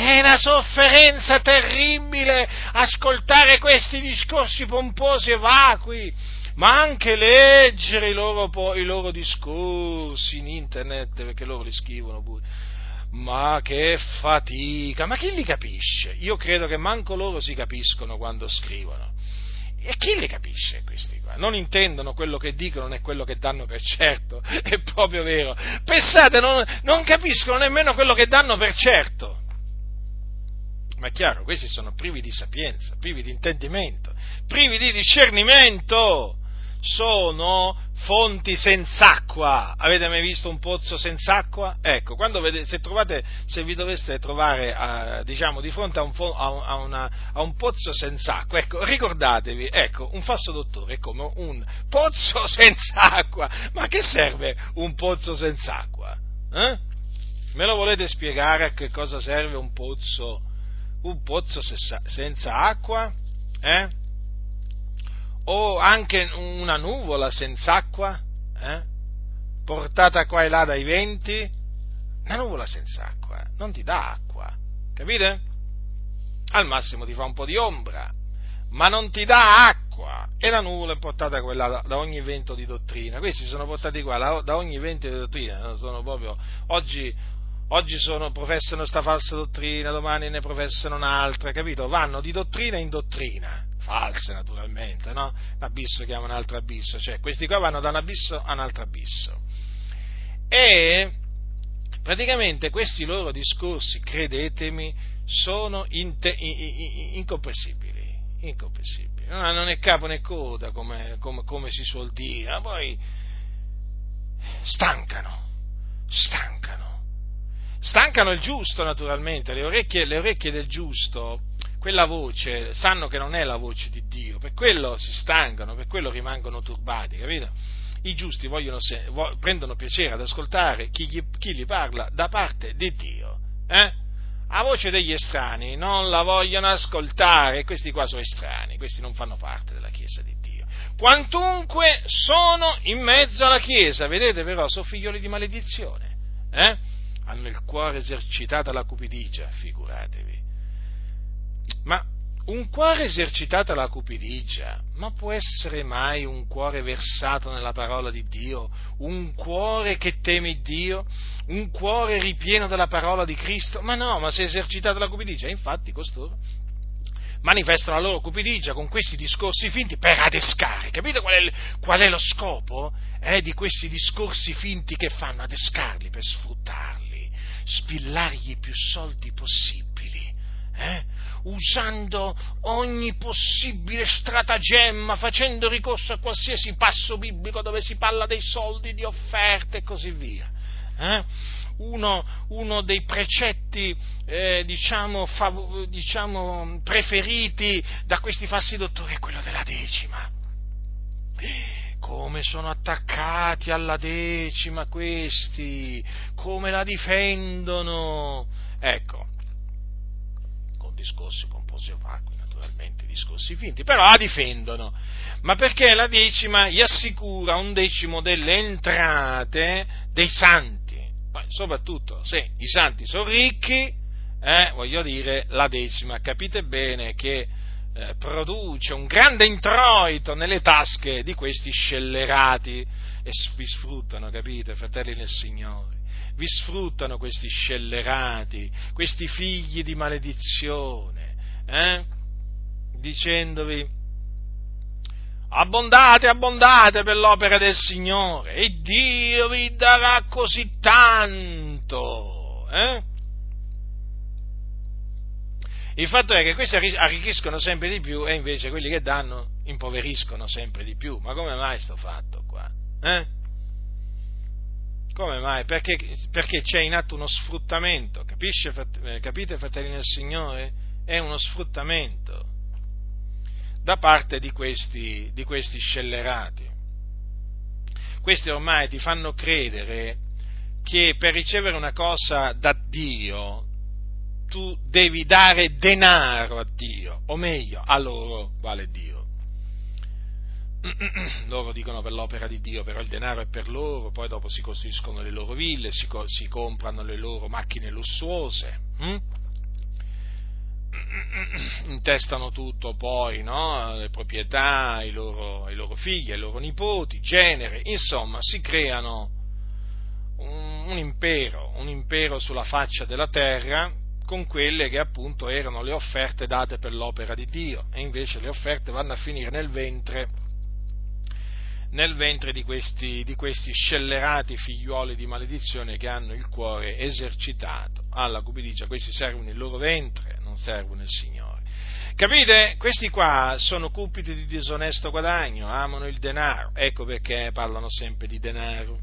terribile ascoltare questi discorsi pomposi e vacui, ma anche leggere i loro discorsi in internet, perché loro li scrivono pure. Ma che fatica, ma chi li capisce? Io credo che manco loro si capiscono quando scrivono. E chi li capisce questi qua? Non intendono quello che dicono né quello che danno per certo, è proprio vero. Pensate, non capiscono nemmeno quello che danno per certo. Ma è chiaro, questi sono privi di sapienza, privi di intendimento, privi di discernimento. Sono fonti senza acqua. Avete mai visto un pozzo senza acqua? Ecco, se vi doveste trovare, di fronte a un pozzo senza acqua, ecco, ricordatevi, ecco, un falso dottore è come un pozzo senza acqua. Ma che serve un pozzo senza acqua? Me lo volete spiegare a che cosa serve un pozzo senza acqua? O anche una nuvola senza acqua, portata qua e là dai venti? Una nuvola senza acqua non ti dà acqua, capite? Al massimo ti fa un po' di ombra, ma non ti dà acqua. E la nuvola è portata qua e là da ogni vento di dottrina. Questi sono portati qua da ogni vento di dottrina, sono proprio oggi professano sta falsa dottrina, domani ne professano un'altra, capito? Vanno di dottrina in dottrina, false naturalmente, no? L'abisso chiama un altro abisso, cioè questi qua vanno da un abisso a un altro abisso. E praticamente questi loro discorsi, credetemi, sono incomprensibili, non è capo né coda come si suol dire, ma poi stancano il giusto naturalmente, le orecchie del giusto, quella voce, sanno che non è la voce di Dio, per quello si stancano, per quello rimangono turbati, capito? I giusti prendono piacere ad ascoltare chi gli parla da parte di Dio, La voce degli estranei non la vogliono ascoltare, e questi qua sono estranei, questi non fanno parte della Chiesa di Dio. Quantunque sono in mezzo alla Chiesa, vedete però, sono figlioli di maledizione, hanno il cuore esercitato alla cupidigia, figuratevi. Ma un cuore esercitato alla cupidigia, ma può essere mai un cuore versato nella parola di Dio, un cuore che teme Dio, un cuore ripieno della parola di Cristo? Ma no, ma se è esercitato alla cupidigia, infatti costoro manifestano la loro cupidigia con questi discorsi finti per adescare. Capite qual è lo scopo di questi discorsi finti che fanno? Adescarli per sfruttarli, spillargli più soldi possibili, usando ogni possibile stratagemma, facendo ricorso a qualsiasi passo biblico dove si parla dei soldi, di offerte e così via. Uno dei precetti preferiti da questi falsi dottori è quello della decima. Come sono attaccati alla decima questi, come la difendono, ecco, con discorsi pomposi e vacui, naturalmente, discorsi finti, però la difendono, ma perché la decima gli assicura un decimo delle entrate dei santi. Poi, soprattutto se i santi sono ricchi, la decima, capite bene che produce un grande introito nelle tasche di questi scellerati, e vi sfruttano, capite, fratelli nel Signore, vi sfruttano questi scellerati, questi figli di maledizione, dicendovi: abbondate per l'opera del Signore e Dio vi darà così tanto, fatto, Il fatto è che questi arricchiscono sempre di più e invece quelli che danno impoveriscono sempre di più. Ma come mai sto fatto qua? Come mai? Perché c'è in atto uno sfruttamento, capite, fratelli nel Signore? È uno sfruttamento da parte di questi scellerati. Questi ormai ti fanno credere che per ricevere una cosa da Dio tu devi dare denaro a Dio, o meglio, a loro, vale Dio. Loro dicono per l'opera di Dio, però il denaro è per loro, poi dopo si costruiscono le loro ville, si comprano le loro macchine lussuose, intestano tutto poi, no? Le proprietà ai loro figli, ai loro nipoti, genere, insomma si creano un impero sulla faccia della terra con quelle che appunto erano le offerte date per l'opera di Dio, e invece le offerte vanno a finire nel ventre di questi scellerati figliuoli di maledizione che hanno il cuore esercitato alla cupidigia. Questi servono il loro ventre, non servono il Signore. Capite? Questi qua sono cupidi di disonesto guadagno, amano il denaro, ecco perché parlano sempre di denaro.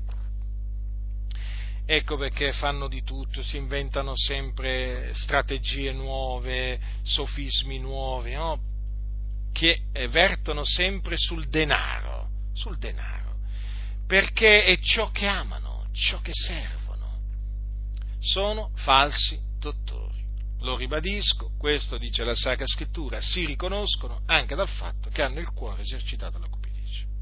Ecco perché fanno di tutto, si inventano sempre strategie nuove, sofismi nuovi, no? Che vertono sempre sul denaro, perché è ciò che amano, ciò che servono. Sono falsi dottori. Lo ribadisco, questo dice la Sacra Scrittura, si riconoscono anche dal fatto che hanno il cuore esercitato alla cupidigia.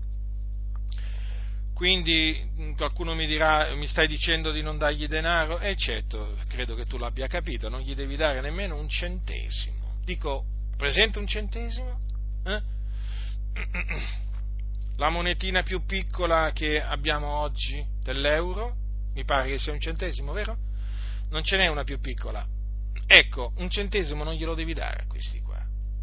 Quindi qualcuno mi dirà, mi stai dicendo di non dargli denaro? Certo, credo che tu l'abbia capito, non gli devi dare nemmeno un centesimo. Dico, presente un centesimo? La monetina più piccola che abbiamo oggi dell'euro, mi pare che sia un centesimo, vero? Non ce n'è una più piccola. Ecco, un centesimo non glielo devi dare a questi qua,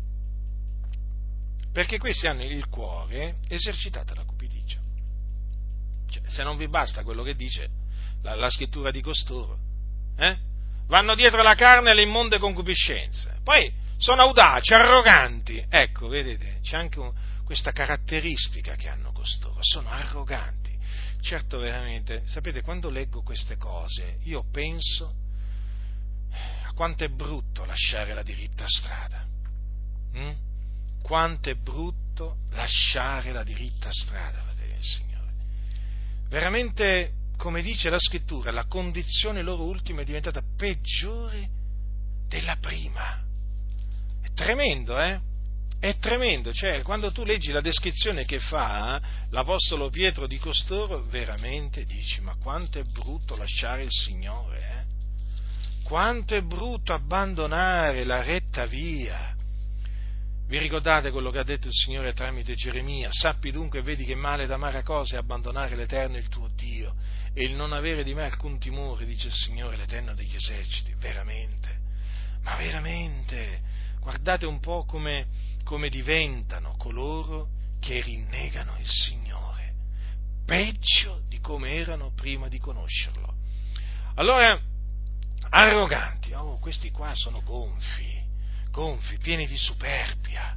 perché questi hanno il cuore esercitato alla cupidigia. Cioè, se non vi basta quello che dice la scrittura di costoro, vanno dietro la carne e alle immonde concupiscenze, poi sono audaci, arroganti, ecco, vedete, c'è anche questa caratteristica che hanno costoro, sono arroganti. Certo, veramente, sapete, quando leggo queste cose, io penso a quanto è brutto lasciare la diritta strada, quanto è brutto lasciare la diritta strada, fratelli del Signore. Veramente, come dice la Scrittura, la condizione loro ultima è diventata peggiore della prima. È tremendo, È tremendo, cioè, quando tu leggi la descrizione che fa l'Apostolo Pietro di costoro, veramente dici, ma quanto è brutto lasciare il Signore, Quanto è brutto abbandonare la retta via. Vi ricordate quello che ha detto il Signore tramite Geremia? Sappi dunque e vedi che male ed amara cosa è abbandonare l'Eterno il tuo Dio e il non avere di me alcun timore, dice il Signore l'Eterno degli eserciti. Veramente, ma veramente, guardate un po' come diventano coloro che rinnegano il Signore, peggio di come erano prima di conoscerlo. Allora, arroganti, questi qua sono gonfi, pieni di superbia,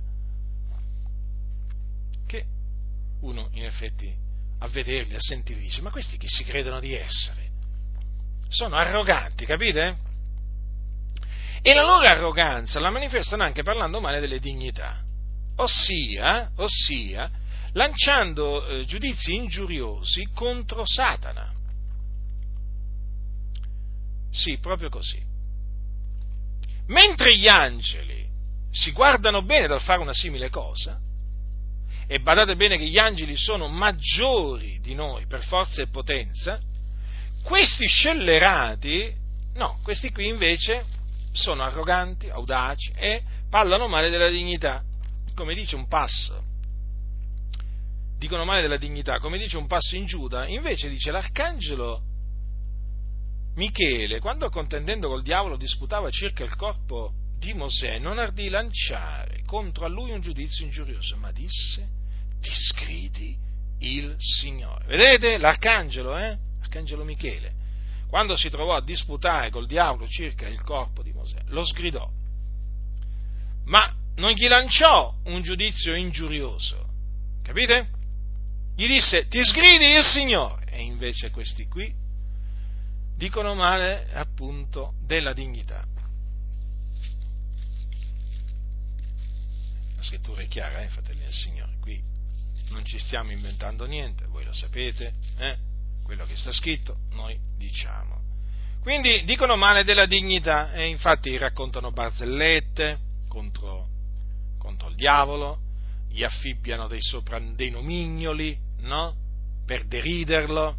che uno in effetti a vederli, a sentirli dice, ma questi chi si credono di essere? Sono arroganti, capite? E la loro arroganza la manifestano anche parlando male delle dignità, ossia lanciando giudizi ingiuriosi contro Satana. Sì, proprio così. Mentre gli angeli si guardano bene dal fare una simile cosa, e badate bene che gli angeli sono maggiori di noi per forza e potenza, questi scellerati, no, questi qui invece sono arroganti, audaci e parlano male della dignità, come dice un passo. Dicono male della dignità, come dice un passo in Giuda, invece dice l'arcangelo Michele, quando contendendo col diavolo disputava circa il corpo di Mosè, non ardì lanciare contro a lui un giudizio ingiurioso, ma disse, disgridi il Signore. Vedete l'arcangelo, Arcangelo Michele, quando si trovò a disputare col diavolo circa il corpo di Mosè, lo sgridò, ma non gli lanciò un giudizio ingiurioso, capite? Gli disse: ti sgridi il Signore, e invece questi qui dicono male appunto della dignità. La scrittura è chiara, fratelli del Signore, qui non ci stiamo inventando niente, voi lo sapete, quello che sta scritto noi diciamo. Quindi dicono male della dignità, e infatti raccontano barzellette contro il diavolo, gli affibbiano dei nomignoli, no? Per deriderlo.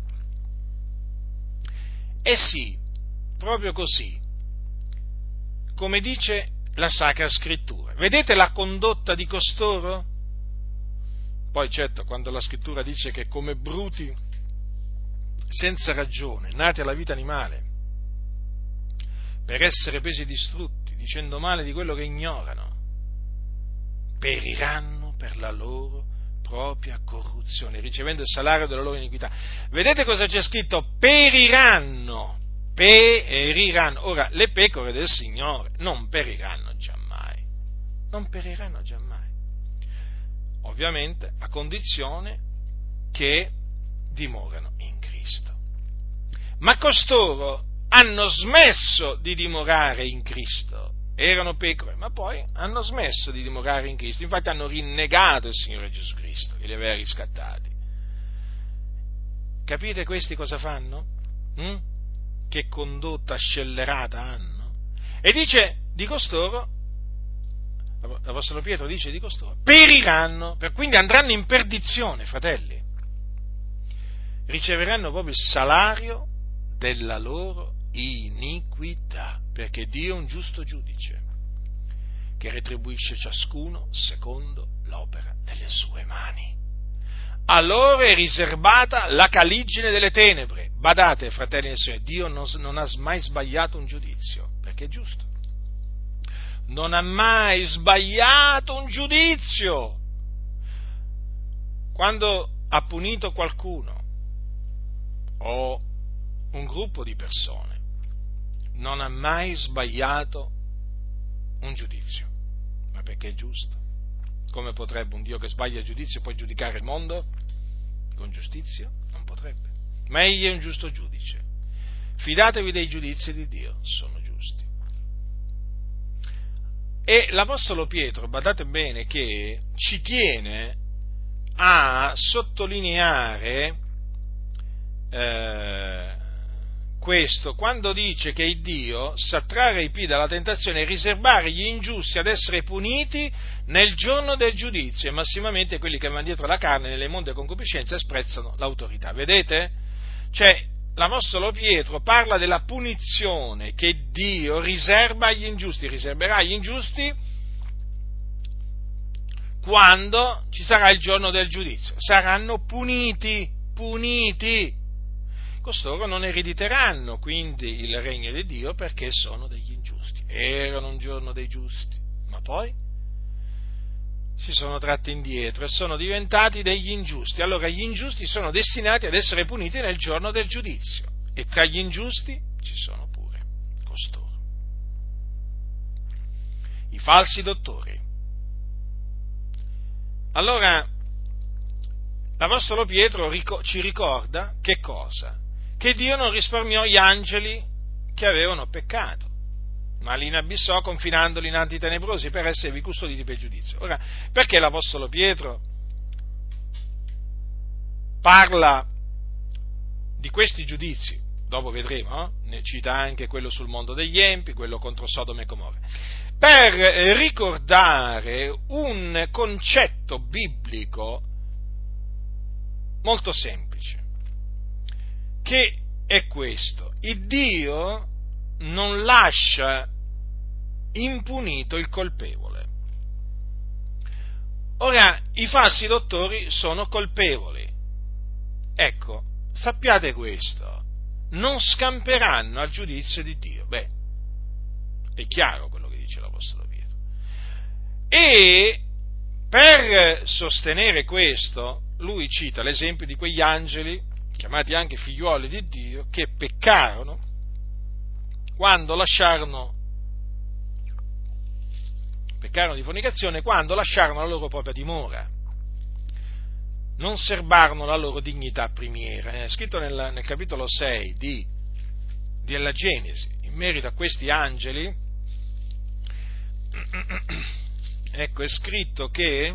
E sì, proprio così, come dice la Sacra Scrittura. Vedete la condotta di costoro? Poi certo, quando la Scrittura dice che come bruti senza ragione, nati alla vita animale, per essere pesi e distrutti, dicendo male di quello che ignorano, periranno per la loro propria corruzione, ricevendo il salario della loro iniquità. Vedete cosa c'è scritto? Periranno. Ora, le pecore del Signore non periranno giammai. Non periranno giammai. Ovviamente a condizione che dimorano in Cristo. Ma costoro hanno smesso di dimorare in Cristo. Erano pecore, ma poi hanno smesso di dimorare in Cristo. Infatti hanno rinnegato il Signore Gesù Cristo, che li aveva riscattati. Capite questi cosa fanno? Che condotta scellerata hanno? E dice di costoro, l'Apostolo Pietro dice di costoro, periranno, quindi andranno in perdizione, fratelli. Riceveranno proprio il salario della loro iniquità, perché Dio è un giusto giudice che retribuisce ciascuno secondo l'opera delle sue mani. A loro è riservata la caligine delle tenebre. Badate, fratelli e sorelle, Dio non ha mai sbagliato un giudizio, perché è giusto. Non ha mai sbagliato un giudizio. Quando ha punito qualcuno o un gruppo di persone, non ha mai sbagliato un giudizio, ma perché è giusto. Come potrebbe un Dio che sbaglia il giudizio poi giudicare il mondo con giustizia? Non potrebbe. Ma egli è un giusto giudice. Fidatevi dei giudizi di Dio, sono giusti. E l'Apostolo Pietro, badate bene, che ci tiene a sottolineare questo quando dice che il Dio sa trarre i piedi dalla tentazione e riservare gli ingiusti ad essere puniti nel giorno del giudizio, e massimamente quelli che vanno dietro la carne nelle immonde concupiscenze e sprezzano l'autorità. Vedete? Cioè, l'Apostolo Pietro parla della punizione che Dio riserva agli ingiusti, riserverà agli ingiusti quando ci sarà il giorno del giudizio. Saranno puniti. Costoro non erediteranno quindi il regno di Dio perché sono degli ingiusti. Erano un giorno dei giusti, ma poi si sono tratti indietro e sono diventati degli ingiusti. Allora gli ingiusti sono destinati ad essere puniti nel giorno del giudizio, e tra gli ingiusti ci sono pure costoro, i falsi dottori. Allora l'Apostolo Pietro ci ricorda che cosa? Che Dio non risparmiò gli angeli che avevano peccato, ma li inabissò confinandoli in anti tenebrosi per esservi custoditi per giudizio. Ora, perché l'Apostolo Pietro parla di questi giudizi? Dopo vedremo, no? Ne cita anche quello sul mondo degli empi, quello contro Sodoma e Gomorra, per ricordare un concetto biblico molto semplice, che è questo: il Dio non lascia impunito il colpevole. Ora, i falsi dottori sono colpevoli. Ecco, sappiate questo, non scamperanno al giudizio di Dio. Beh, è chiaro quello che dice l'Apostolo Pietro. E per sostenere questo, lui cita l'esempio di quegli angeli chiamati anche figliuoli di Dio, che peccarono quando lasciarono di fornicazione, quando lasciarono la loro propria dimora, non serbarono la loro dignità primiera. È scritto nel capitolo 6 della Genesi, in merito a questi angeli, ecco, è scritto che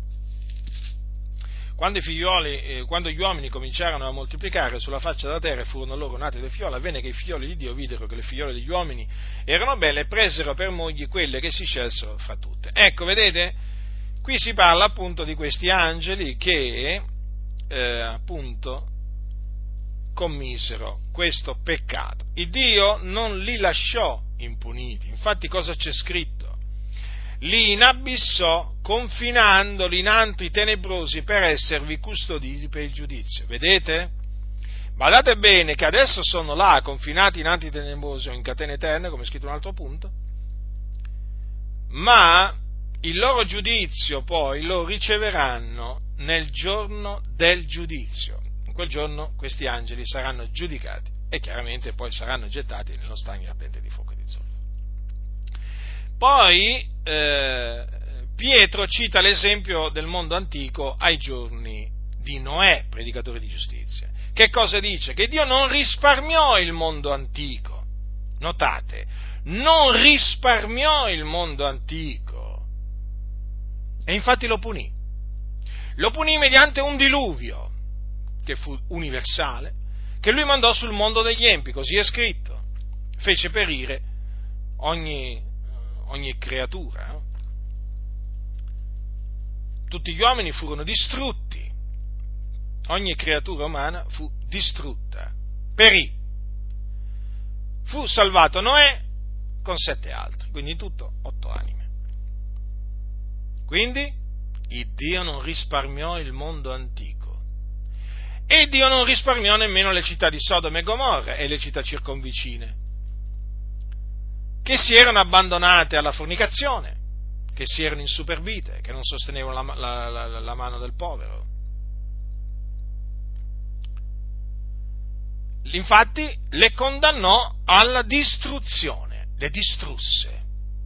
quando gli uomini cominciarono a moltiplicare sulla faccia della terra e furono loro nati dei figlioli, avvenne che i figlioli di Dio videro che le figliole degli uomini erano belle e presero per mogli quelle che si scelsero fra tutte. Ecco, vedete, qui si parla appunto di questi angeli che appunto commisero questo peccato. Il Dio non li lasciò impuniti, infatti cosa c'è scritto? Li inabissò confinandoli in antri tenebrosi per esservi custoditi per il giudizio. Vedete? Badate bene che adesso sono là confinati in antri tenebrosi o in catene eterne, come è scritto in un altro punto, ma il loro giudizio poi lo riceveranno nel giorno del giudizio. In quel giorno questi angeli saranno giudicati e chiaramente poi saranno gettati nello stagno ardente di fuoco e di zolfo. Poi Pietro cita l'esempio del mondo antico ai giorni di Noè, predicatore di giustizia. Che cosa dice? Che Dio non risparmiò il mondo antico. Notate, non risparmiò il mondo antico. E infatti lo punì. Lo punì mediante un diluvio, che fu universale, che lui mandò sul mondo degli empi, così è scritto. Fece perire ogni creatura. Tutti gli uomini furono distrutti, ogni creatura umana fu distrutta, perì. Fu salvato Noè con 7 altri, quindi in tutto 8 anime. Quindi il Dio non risparmiò il mondo antico e Dio non risparmiò nemmeno le città di Sodoma e Gomorra e le città circonvicine, che si erano abbandonate alla fornicazione, che si erano insuperbite, che non sostenevano la mano del povero. Infatti le condannò alla distruzione, le distrusse,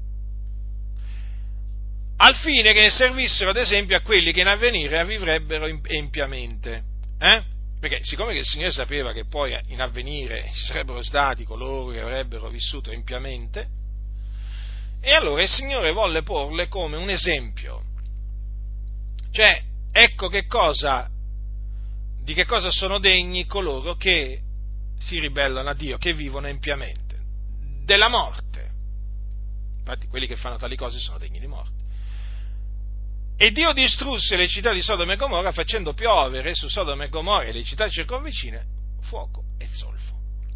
al fine che servissero ad esempio a quelli che in avvenire vivrebbero empiamente. Perché siccome che il Signore sapeva che poi in avvenire ci sarebbero stati coloro che avrebbero vissuto empiamente, e allora il Signore volle porle come un esempio. Cioè, ecco di che cosa sono degni coloro che si ribellano a Dio, che vivono empiamente, della morte. Infatti quelli che fanno tali cose sono degni di morte. E Dio distrusse le città di Sodoma e Gomorra facendo piovere su Sodoma e Gomorra e le città circonvicine fuoco e zolfo.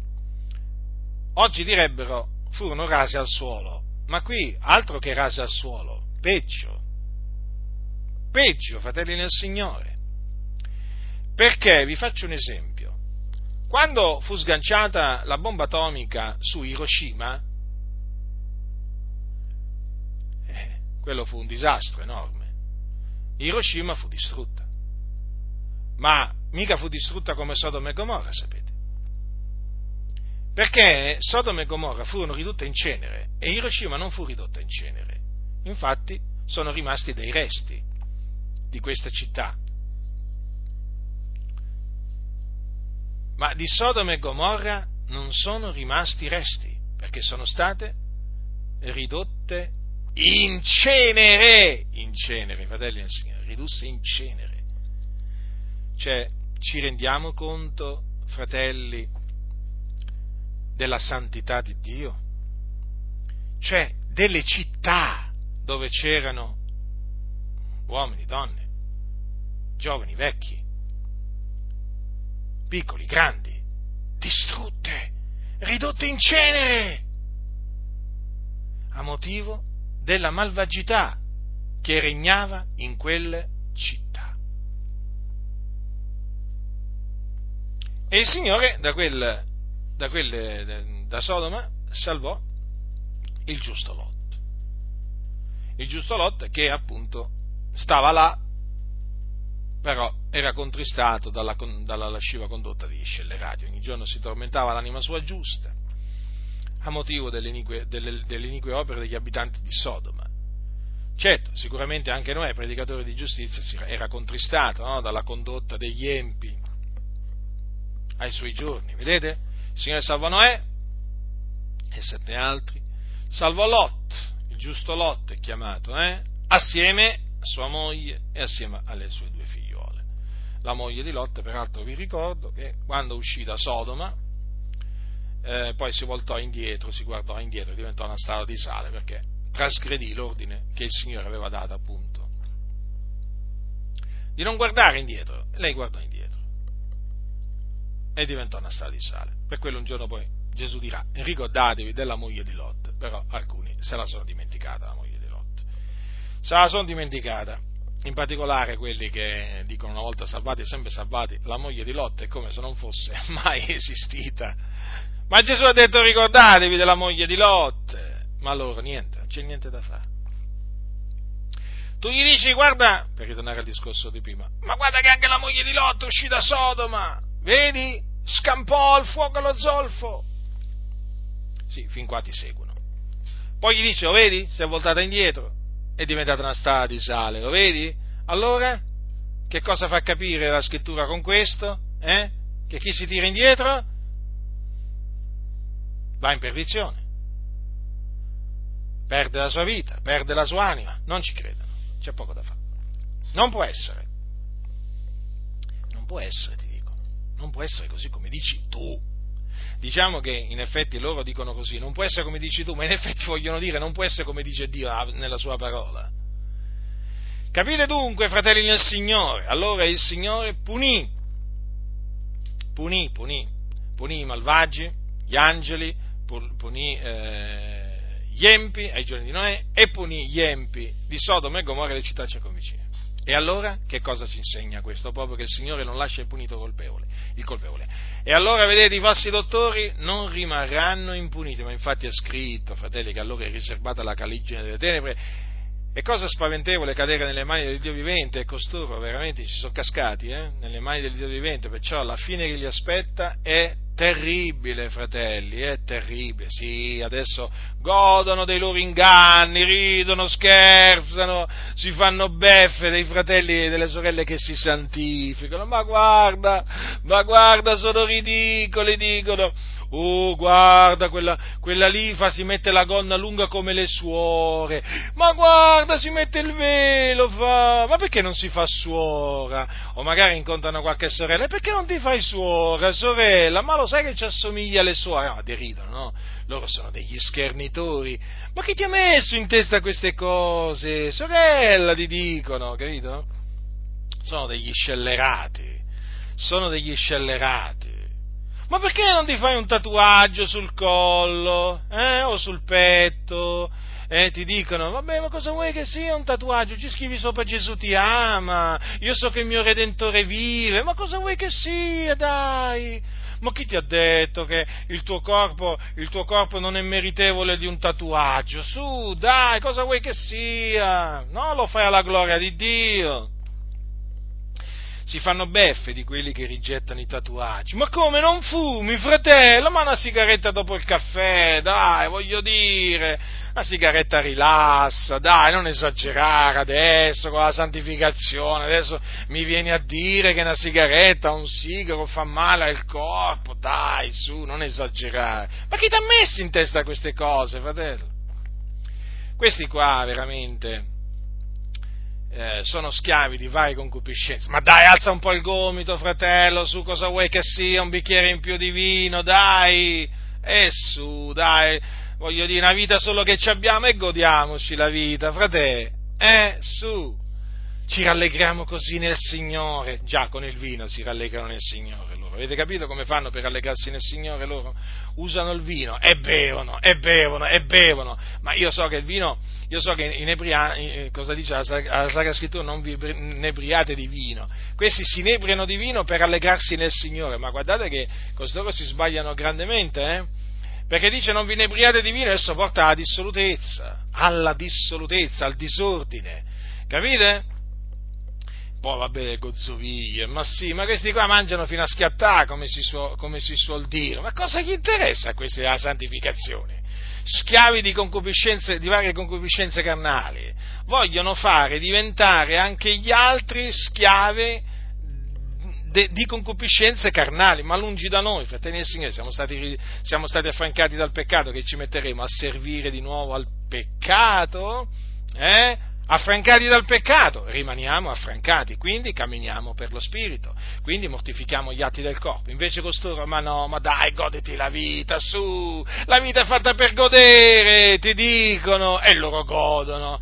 Oggi direbbero furono rase al suolo, ma qui altro che rase al suolo, peggio, fratelli nel Signore. Perché vi faccio un esempio. Quando fu sganciata la bomba atomica su Hiroshima, quello fu un disastro enorme. Hiroshima fu distrutta, ma mica fu distrutta come Sodoma e Gomorra, sapete? Perché Sodoma e Gomorra furono ridotte in cenere e Hiroshima non fu ridotta in cenere. Infatti sono rimasti dei resti di questa città. Ma di Sodoma e Gomorra non sono rimasti resti, perché sono state ridotte in cenere, fratelli del Signore, ridusse in cenere. Cioè, ci rendiamo conto, fratelli, della santità di Dio? Cioè, delle città dove c'erano uomini, donne, giovani, vecchi, piccoli, grandi, distrutte, ridotte in cenere, a motivo della malvagità che regnava in quelle città. E il Signore da Sodoma salvò il giusto Lot. Il giusto Lot che appunto stava là, però era contristato dalla lasciva condotta degli scellerati, ogni giorno si tormentava l'anima sua giusta a motivo delle inique opere degli abitanti di Sodoma. Certo, sicuramente anche Noè, predicatore di giustizia, era contristato, no, dalla condotta degli empi ai suoi giorni. Vedete? Il Signore salvò Noè e 7 altri, salvò Lot, il giusto Lot è chiamato, assieme a sua moglie e assieme alle sue 2 figliuole. La moglie di Lot, peraltro vi ricordo che quando uscì da Sodoma, poi si voltò indietro, si guardò indietro e diventò una statua di sale, perché trasgredì l'ordine che il Signore aveva dato, appunto, di non guardare indietro. Lei guardò indietro e diventò una statua di sale. Per quello un giorno poi Gesù dirà: ricordatevi della moglie di Lot. Però alcuni se la sono dimenticata, la moglie di Lot. Se la sono dimenticata, in particolare quelli che dicono una volta salvati, sempre salvati. La moglie di Lot è come se non fosse mai esistita. Ma Gesù ha detto: ricordatevi della moglie di Lot. Ma loro niente, non c'è niente da fare. Tu gli dici: guarda, per ritornare al discorso di prima, ma guarda che anche la moglie di Lot uscì da Sodoma, vedi? Scampò al fuoco allo zolfo. Sì, fin qua ti seguono. Poi gli dice: lo vedi? Si è voltata indietro, è diventata una statua di sale, lo vedi? Allora, che cosa fa capire la scrittura con questo? Che chi si tira indietro va in perdizione, perde la sua vita, perde la sua anima. Non ci credono, c'è poco da fare. Non può essere, ti dico, non può essere così come dici tu. Diciamo che in effetti loro dicono così: non può essere come dici tu, ma in effetti vogliono dire non può essere come dice Dio nella sua parola. Capite dunque, fratelli nel Signore? Allora il Signore punì i malvagi, gli angeli, punì gli empi ai giorni di Noè e punì gli empi di Sodoma e Gomorra e le città circonvicine. E allora che cosa ci insegna questo? Proprio che il Signore non lascia impunito il colpevole. E allora vedete, i falsi dottori non rimarranno impuniti, ma infatti è scritto, fratelli, che allora è riservata la caligine delle tenebre. È cosa spaventevole cadere nelle mani del Dio vivente, e costoro veramente ci sono cascati nelle mani del Dio vivente, perciò la fine che li aspetta è terribile, fratelli, è terribile. Sì, adesso godono dei loro inganni, ridono, scherzano, si fanno beffe dei fratelli e delle sorelle che si santificano. Ma guarda, sono ridicoli, dicono: oh, guarda, quella lì si mette la gonna lunga come le suore, ma guarda, si mette il velo, ma perché non si fa suora? O magari incontrano qualche sorella: e perché non ti fai suora, sorella? Ma lo sai che ci assomiglia alle suore? No, deridono, no? Loro sono degli schernitori. Ma chi ti ha messo in testa queste cose? Sorella, ti dicono, capito? Sono degli scellerati. Ma perché non ti fai un tatuaggio sul collo, o sul petto? Ti dicono: vabbè, ma cosa vuoi che sia un tatuaggio? Ci scrivi sopra: Gesù ti ama, io so che il mio Redentore vive. Ma cosa vuoi che sia, dai? Ma chi ti ha detto che il tuo corpo non è meritevole di un tatuaggio? Su, dai, cosa vuoi che sia? No, lo fai alla gloria di Dio. Si fanno beffe di quelli che rigettano i tatuaggi. Ma come, non fumi, fratello? Ma una sigaretta dopo il caffè, dai, voglio dire, una sigaretta rilassa, dai, non esagerare adesso con la santificazione. Adesso mi vieni a dire che una sigaretta, un sigaro fa male al corpo, dai, su, non esagerare. Ma chi ti ha messo in testa queste cose, fratello? Questi qua veramente sono schiavi di varie concupiscenze. Ma dai, alza un po' il gomito, fratello, su, cosa vuoi che sia? Un bicchiere in più di vino, dai, e su, dai, voglio dire, una vita solo che ci abbiamo e godiamoci la vita, fratello, su, ci rallegriamo così nel Signore. Già, con il vino si rallegrano nel Signore loro. Avete capito come fanno per rallegrarsi nel Signore loro? Usano il vino e bevono. Ma io so che il vino, cosa dice la Sacra Scrittura? Non vi inebriate di vino. Questi si inebriano di vino per rallegrarsi nel Signore. Ma guardate che costoro si sbagliano grandemente, Perché dice: non vi inebriate di vino, esso porta alla dissolutezza, al disordine. Capite? poi vabbè le gozzoviglie, ma sì, ma questi qua mangiano fino a schiattare, come si suol dire, ma cosa gli interessa a questi della santificazione? Schiavi di concupiscenze, di varie concupiscenze carnali, vogliono fare diventare anche gli altri schiavi di concupiscenze carnali, ma lungi da noi, fratelli del Signore, siamo stati affrancati dal peccato, che ci metteremo a servire di nuovo al peccato? Affrancati dal peccato, rimaniamo affrancati, quindi camminiamo per lo Spirito, quindi mortifichiamo gli atti del corpo. Invece costoro, ma no, ma dai, goditi la vita, su, la vita è fatta per godere, ti dicono, e loro godono,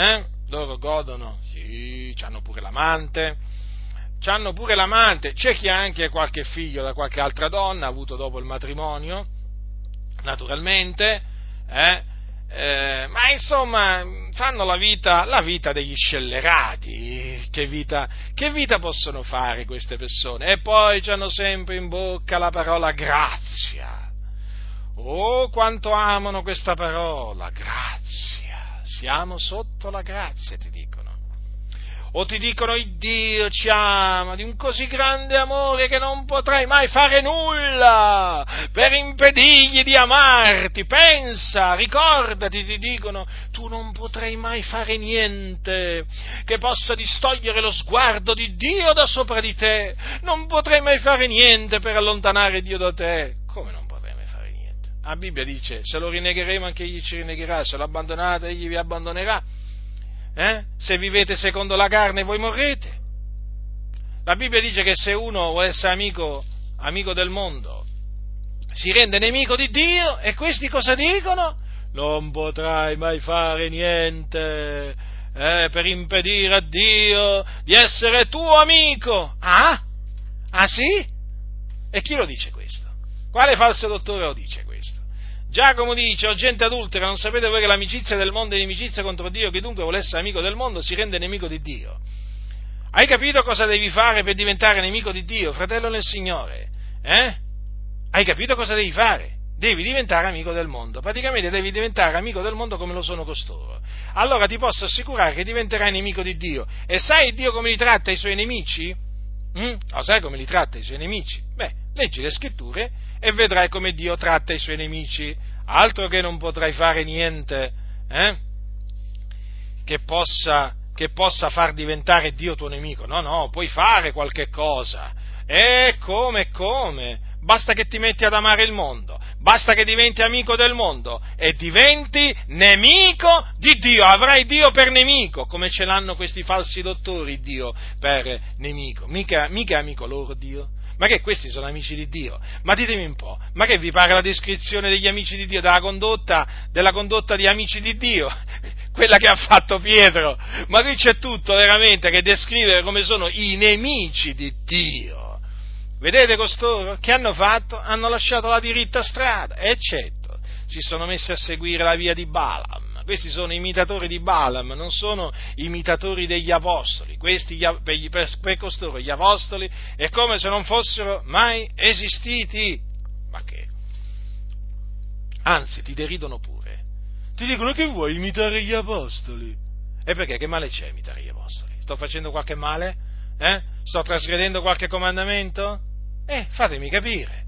sì, c'hanno pure l'amante, c'è chi ha anche qualche figlio da qualche altra donna, avuto dopo il matrimonio, naturalmente, ma insomma fanno la vita degli scellerati. Che vita possono fare queste persone? E poi c'hanno sempre in bocca la parola grazia. Oh, quanto amano questa parola, grazia. Siamo sotto la grazia, ti dicono. O ti dicono: il Dio ci ama di un così grande amore che non potrai mai fare nulla per impedirgli di amarti. Pensa, ricordati, ti dicono, tu non potrai mai fare niente che possa distogliere lo sguardo di Dio da sopra di te. Non potrai mai fare niente per allontanare Dio da te. Come non potrai mai fare niente? La Bibbia dice: se lo rinnegheremo anche egli ci rinnegherà, se lo abbandonate egli vi abbandonerà. Se vivete secondo la carne voi morrete. La Bibbia dice che se uno vuole essere amico del mondo, si rende nemico di Dio, e questi cosa dicono? Non potrai mai fare niente per impedire a Dio di essere tuo amico. Ah? Ah sì? E chi lo dice questo? Quale falso dottore lo dice questo? Giacomo dice: o gente adultera, non sapete voi che l'amicizia del mondo è inimicizia contro Dio? Chiunque vuole essere amico del mondo si rende nemico di Dio. Hai capito cosa devi fare per diventare nemico di Dio, fratello nel Signore? Hai capito cosa devi fare? Devi diventare amico del mondo. Praticamente devi diventare amico del mondo come lo sono costoro. Allora ti posso assicurare che diventerai nemico di Dio. E sai Dio come li tratta i suoi nemici? Lo sai come li tratta i suoi nemici? Leggi le scritture e vedrai come Dio tratta i suoi nemici. Altro che non potrai fare niente che possa far diventare Dio tuo nemico. No, puoi fare qualche cosa. E come? Basta che ti metti ad amare il mondo, basta che diventi amico del mondo e diventi nemico di Dio. Avrai Dio per nemico, come ce l'hanno questi falsi dottori, Dio per nemico. Mica è amico loro Dio. Ma che questi sono amici di Dio? Ma ditemi un po', ma che vi pare la descrizione degli amici di Dio, della condotta di amici di Dio? Quella che ha fatto Pietro. Ma qui c'è tutto veramente che descrive come sono i nemici di Dio. Vedete costoro? Che hanno fatto? Hanno lasciato la diritta strada, e certo, si sono messi a seguire la via di Balaam. Questi sono imitatori di Balaam, non sono imitatori degli apostoli. Questi, per costoro, gli apostoli, è come se non fossero mai esistiti. Ma che? Anzi, ti deridono pure. Ti dicono: che vuoi imitare gli apostoli? E perché? Che male c'è imitare gli apostoli? Sto facendo qualche male? Sto trasgredendo qualche comandamento? Fatemi capire.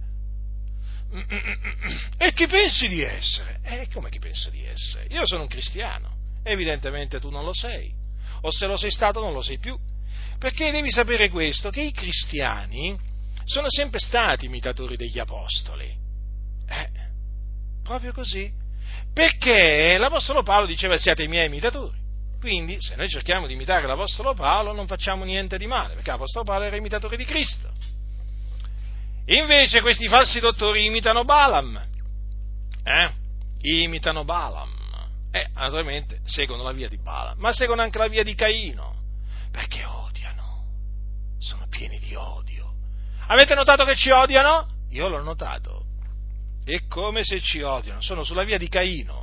E chi pensi di essere? Come chi penso di essere? Io sono un cristiano, evidentemente tu non lo sei, o se lo sei stato non lo sei più, perché devi sapere questo, che i cristiani sono sempre stati imitatori degli apostoli, proprio così, perché l'apostolo Paolo diceva: siate i miei imitatori. Quindi, se noi cerchiamo di imitare l'Apostolo Paolo, non facciamo niente di male, perché l'Apostolo Paolo era imitatore di Cristo. Invece questi falsi dottori imitano Balaam. Imitano Balaam. Naturalmente seguono la via di Balaam, ma seguono anche la via di Caino, perché odiano. Sono pieni di odio. Avete notato che ci odiano? Io l'ho notato. È come se ci odiano. Sono sulla via di Caino.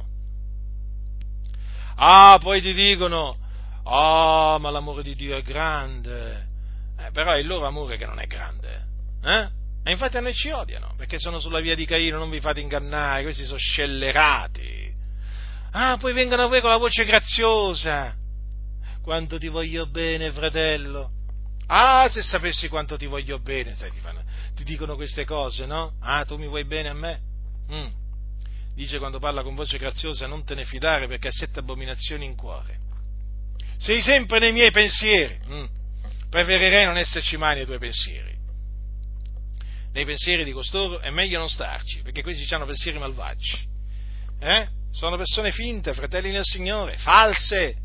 Poi ti dicono: ma l'amore di Dio è grande. Però è il loro amore che non è grande. E infatti a noi ci odiano, perché sono sulla via di Caino, non vi fate ingannare, questi sono scellerati. Poi vengono a voi con la voce graziosa: quanto ti voglio bene, fratello. Ah, se sapessi quanto ti voglio bene, sai, ti dicono queste cose, no? Ah, tu mi vuoi bene a me? Mm. Dice quando parla con voce graziosa, non te ne fidare perché hai 7 abominazioni in cuore. Sei sempre nei miei pensieri. Preferirei non esserci mai nei tuoi pensieri. Nei pensieri di costoro è meglio non starci, perché questi hanno pensieri malvagi. Sono persone finte, fratelli nel Signore, false.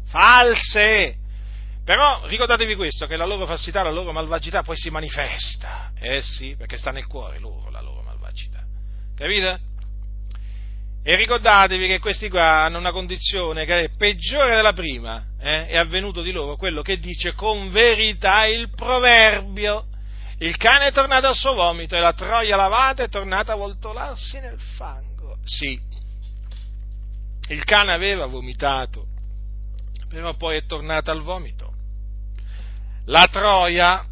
Però ricordatevi questo, che la loro falsità, la loro malvagità poi si manifesta. Sì, perché sta nel cuore loro, la loro malvagità. Capite? E ricordatevi che questi qua hanno una condizione che è peggiore della prima. È avvenuto di loro quello che dice con verità il proverbio: il cane è tornato al suo vomito e la troia lavata è tornata a voltolarsi nel fango. Sì, il cane aveva vomitato, però poi è tornata al vomito. La troia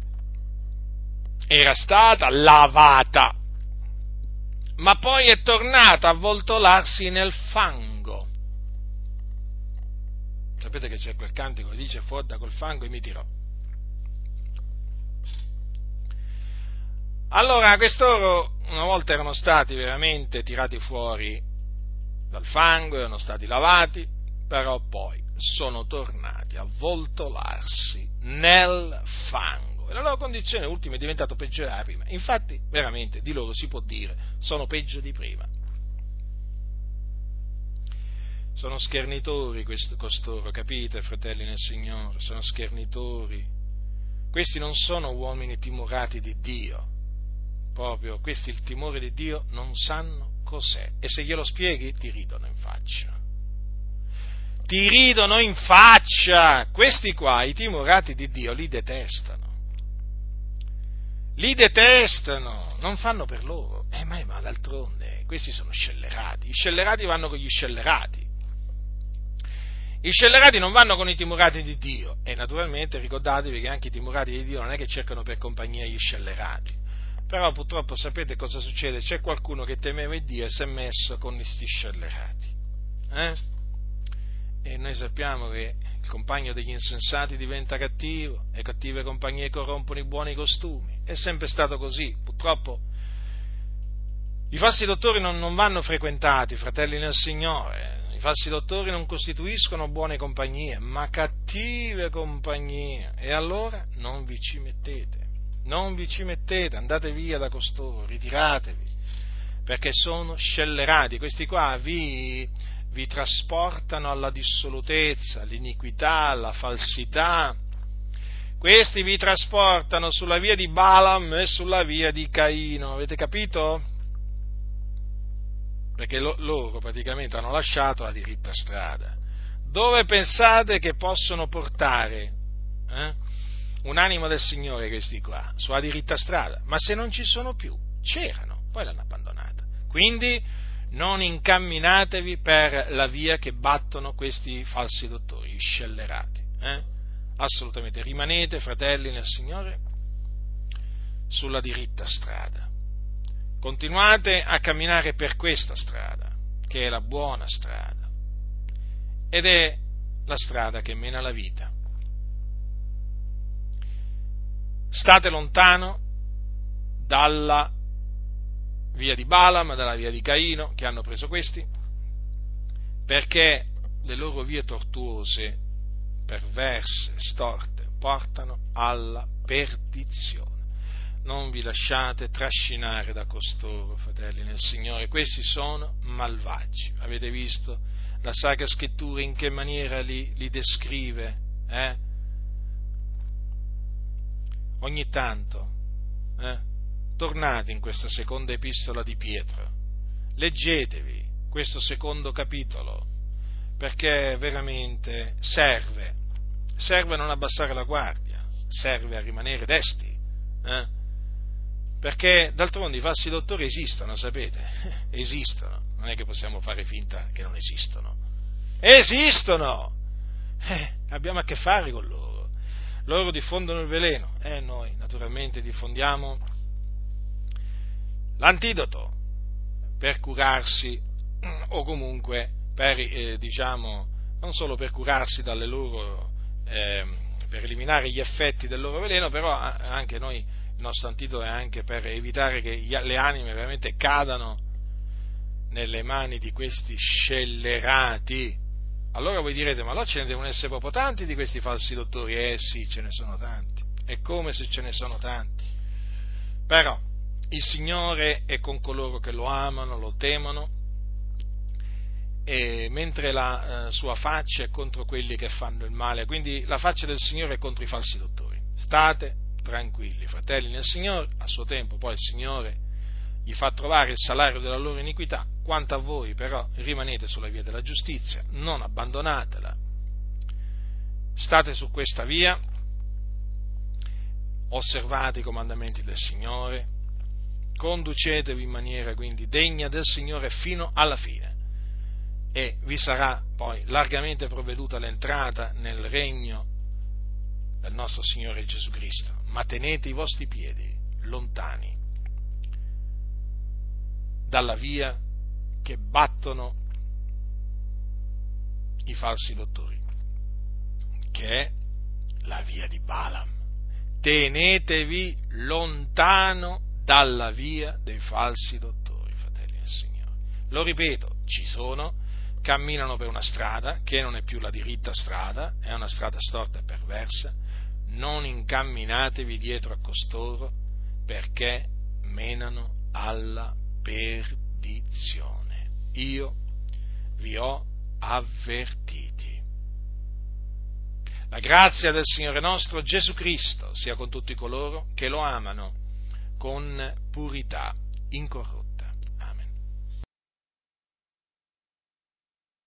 era stata lavata, ma poi è tornata a voltolarsi nel fango. Sapete che c'è quel cantico che dice: fuori da col fango e mi tirò. Allora, quest'oro una volta erano stati veramente tirati fuori dal fango, erano stati lavati, però poi sono tornati a voltolarsi nel fango. E la loro condizione ultima è diventata peggiore della prima. Infatti, veramente, di loro si può dire, sono peggio di prima. Sono schernitori costoro, capite, fratelli nel Signore? Sono schernitori. Questi non sono uomini timorati di Dio. Proprio, questi il timore di Dio non sanno cos'è. E se glielo spieghi, ti ridono in faccia. Ti ridono in faccia! Questi qua, i timorati di Dio, li detestano. Li detestano, non fanno per loro. Ma d'altronde, questi sono scellerati. I scellerati vanno con gli scellerati. I scellerati non vanno con i timorati di Dio. E naturalmente ricordatevi che anche i timorati di Dio non è che cercano per compagnia gli scellerati. Però purtroppo sapete cosa succede? C'è qualcuno che temeva Dio e si è messo con questi scellerati. E noi sappiamo che il compagno degli insensati diventa cattivo, e cattive compagnie corrompono i buoni costumi. È sempre stato così. Purtroppo i falsi dottori non vanno frequentati, fratelli nel Signore. I falsi dottori non costituiscono buone compagnie, ma cattive compagnie. E allora non vi ci mettete. Non vi ci mettete, andate via da costoro, ritiratevi, perché sono scellerati. Questi qua vi trasportano alla dissolutezza, all'iniquità, alla falsità. Questi vi trasportano sulla via di Balaam e sulla via di Caino, avete capito? Perché loro praticamente hanno lasciato la diritta strada. Dove pensate che possono portare un'anima del Signore questi qua? Sulla diritta strada. Ma se non ci sono più, c'erano, poi l'hanno abbandonata. Quindi non incamminatevi per la via che battono questi falsi dottori, gli scellerati. Assolutamente, rimanete, fratelli nel Signore, sulla diritta strada. Continuate a camminare per questa strada, che è la buona strada, ed è la strada che mena alla vita. State lontano dalla via di Balaam, dalla via di Caino, che hanno preso questi, perché le loro vie tortuose, perverse, storte, portano alla perdizione. Non vi lasciate trascinare da costoro, fratelli nel Signore, questi sono malvagi. Avete visto la Sacra Scrittura in che maniera li descrive? Ogni tanto tornate in questa seconda epistola di Pietro, leggetevi questo secondo capitolo, perché veramente serve a non abbassare la guardia, serve a rimanere desti, perché d'altronde i falsi dottori esistono, sapete? Esistono, non è che possiamo fare finta che non esistono. Esistono! Abbiamo a che fare con loro. Loro diffondono il veleno, noi naturalmente diffondiamo l'antidoto per curarsi, o comunque per, non solo per curarsi dalle loro per eliminare gli effetti del loro veleno, però anche noi, il nostro antidoto è anche per evitare che le anime veramente cadano nelle mani di questi scellerati. Allora voi direte, ma allora ce ne devono essere proprio tanti di questi falsi dottori? Sì, ce ne sono tanti, è come se ce ne sono tanti, però il Signore è con coloro che lo amano, lo temono, e mentre la sua faccia è contro quelli che fanno il male, quindi la faccia del Signore è contro i falsi dottori. State tranquilli, fratelli nel Signore, a suo tempo poi il Signore gli fa trovare il salario della loro iniquità. Quanto a voi però rimanete sulla via della giustizia, non abbandonatela, state su questa via, osservate i comandamenti del Signore, conducetevi in maniera quindi degna del Signore fino alla fine, e vi sarà poi largamente provveduta l'entrata nel regno del nostro Signore Gesù Cristo. Ma tenete i vostri piedi lontani dalla via che battono i falsi dottori, che è la via di Balaam. Tenetevi lontano dalla via dei falsi dottori, fratelli del Signore. Lo ripeto, ci sono, camminano per una strada che non è più la diritta strada, è una strada storta e perversa. Non incamminatevi dietro a costoro, perché menano alla perdizione. Io vi ho avvertiti. La grazia del Signore nostro Gesù Cristo sia con tutti coloro che lo amano con purità incorrotta.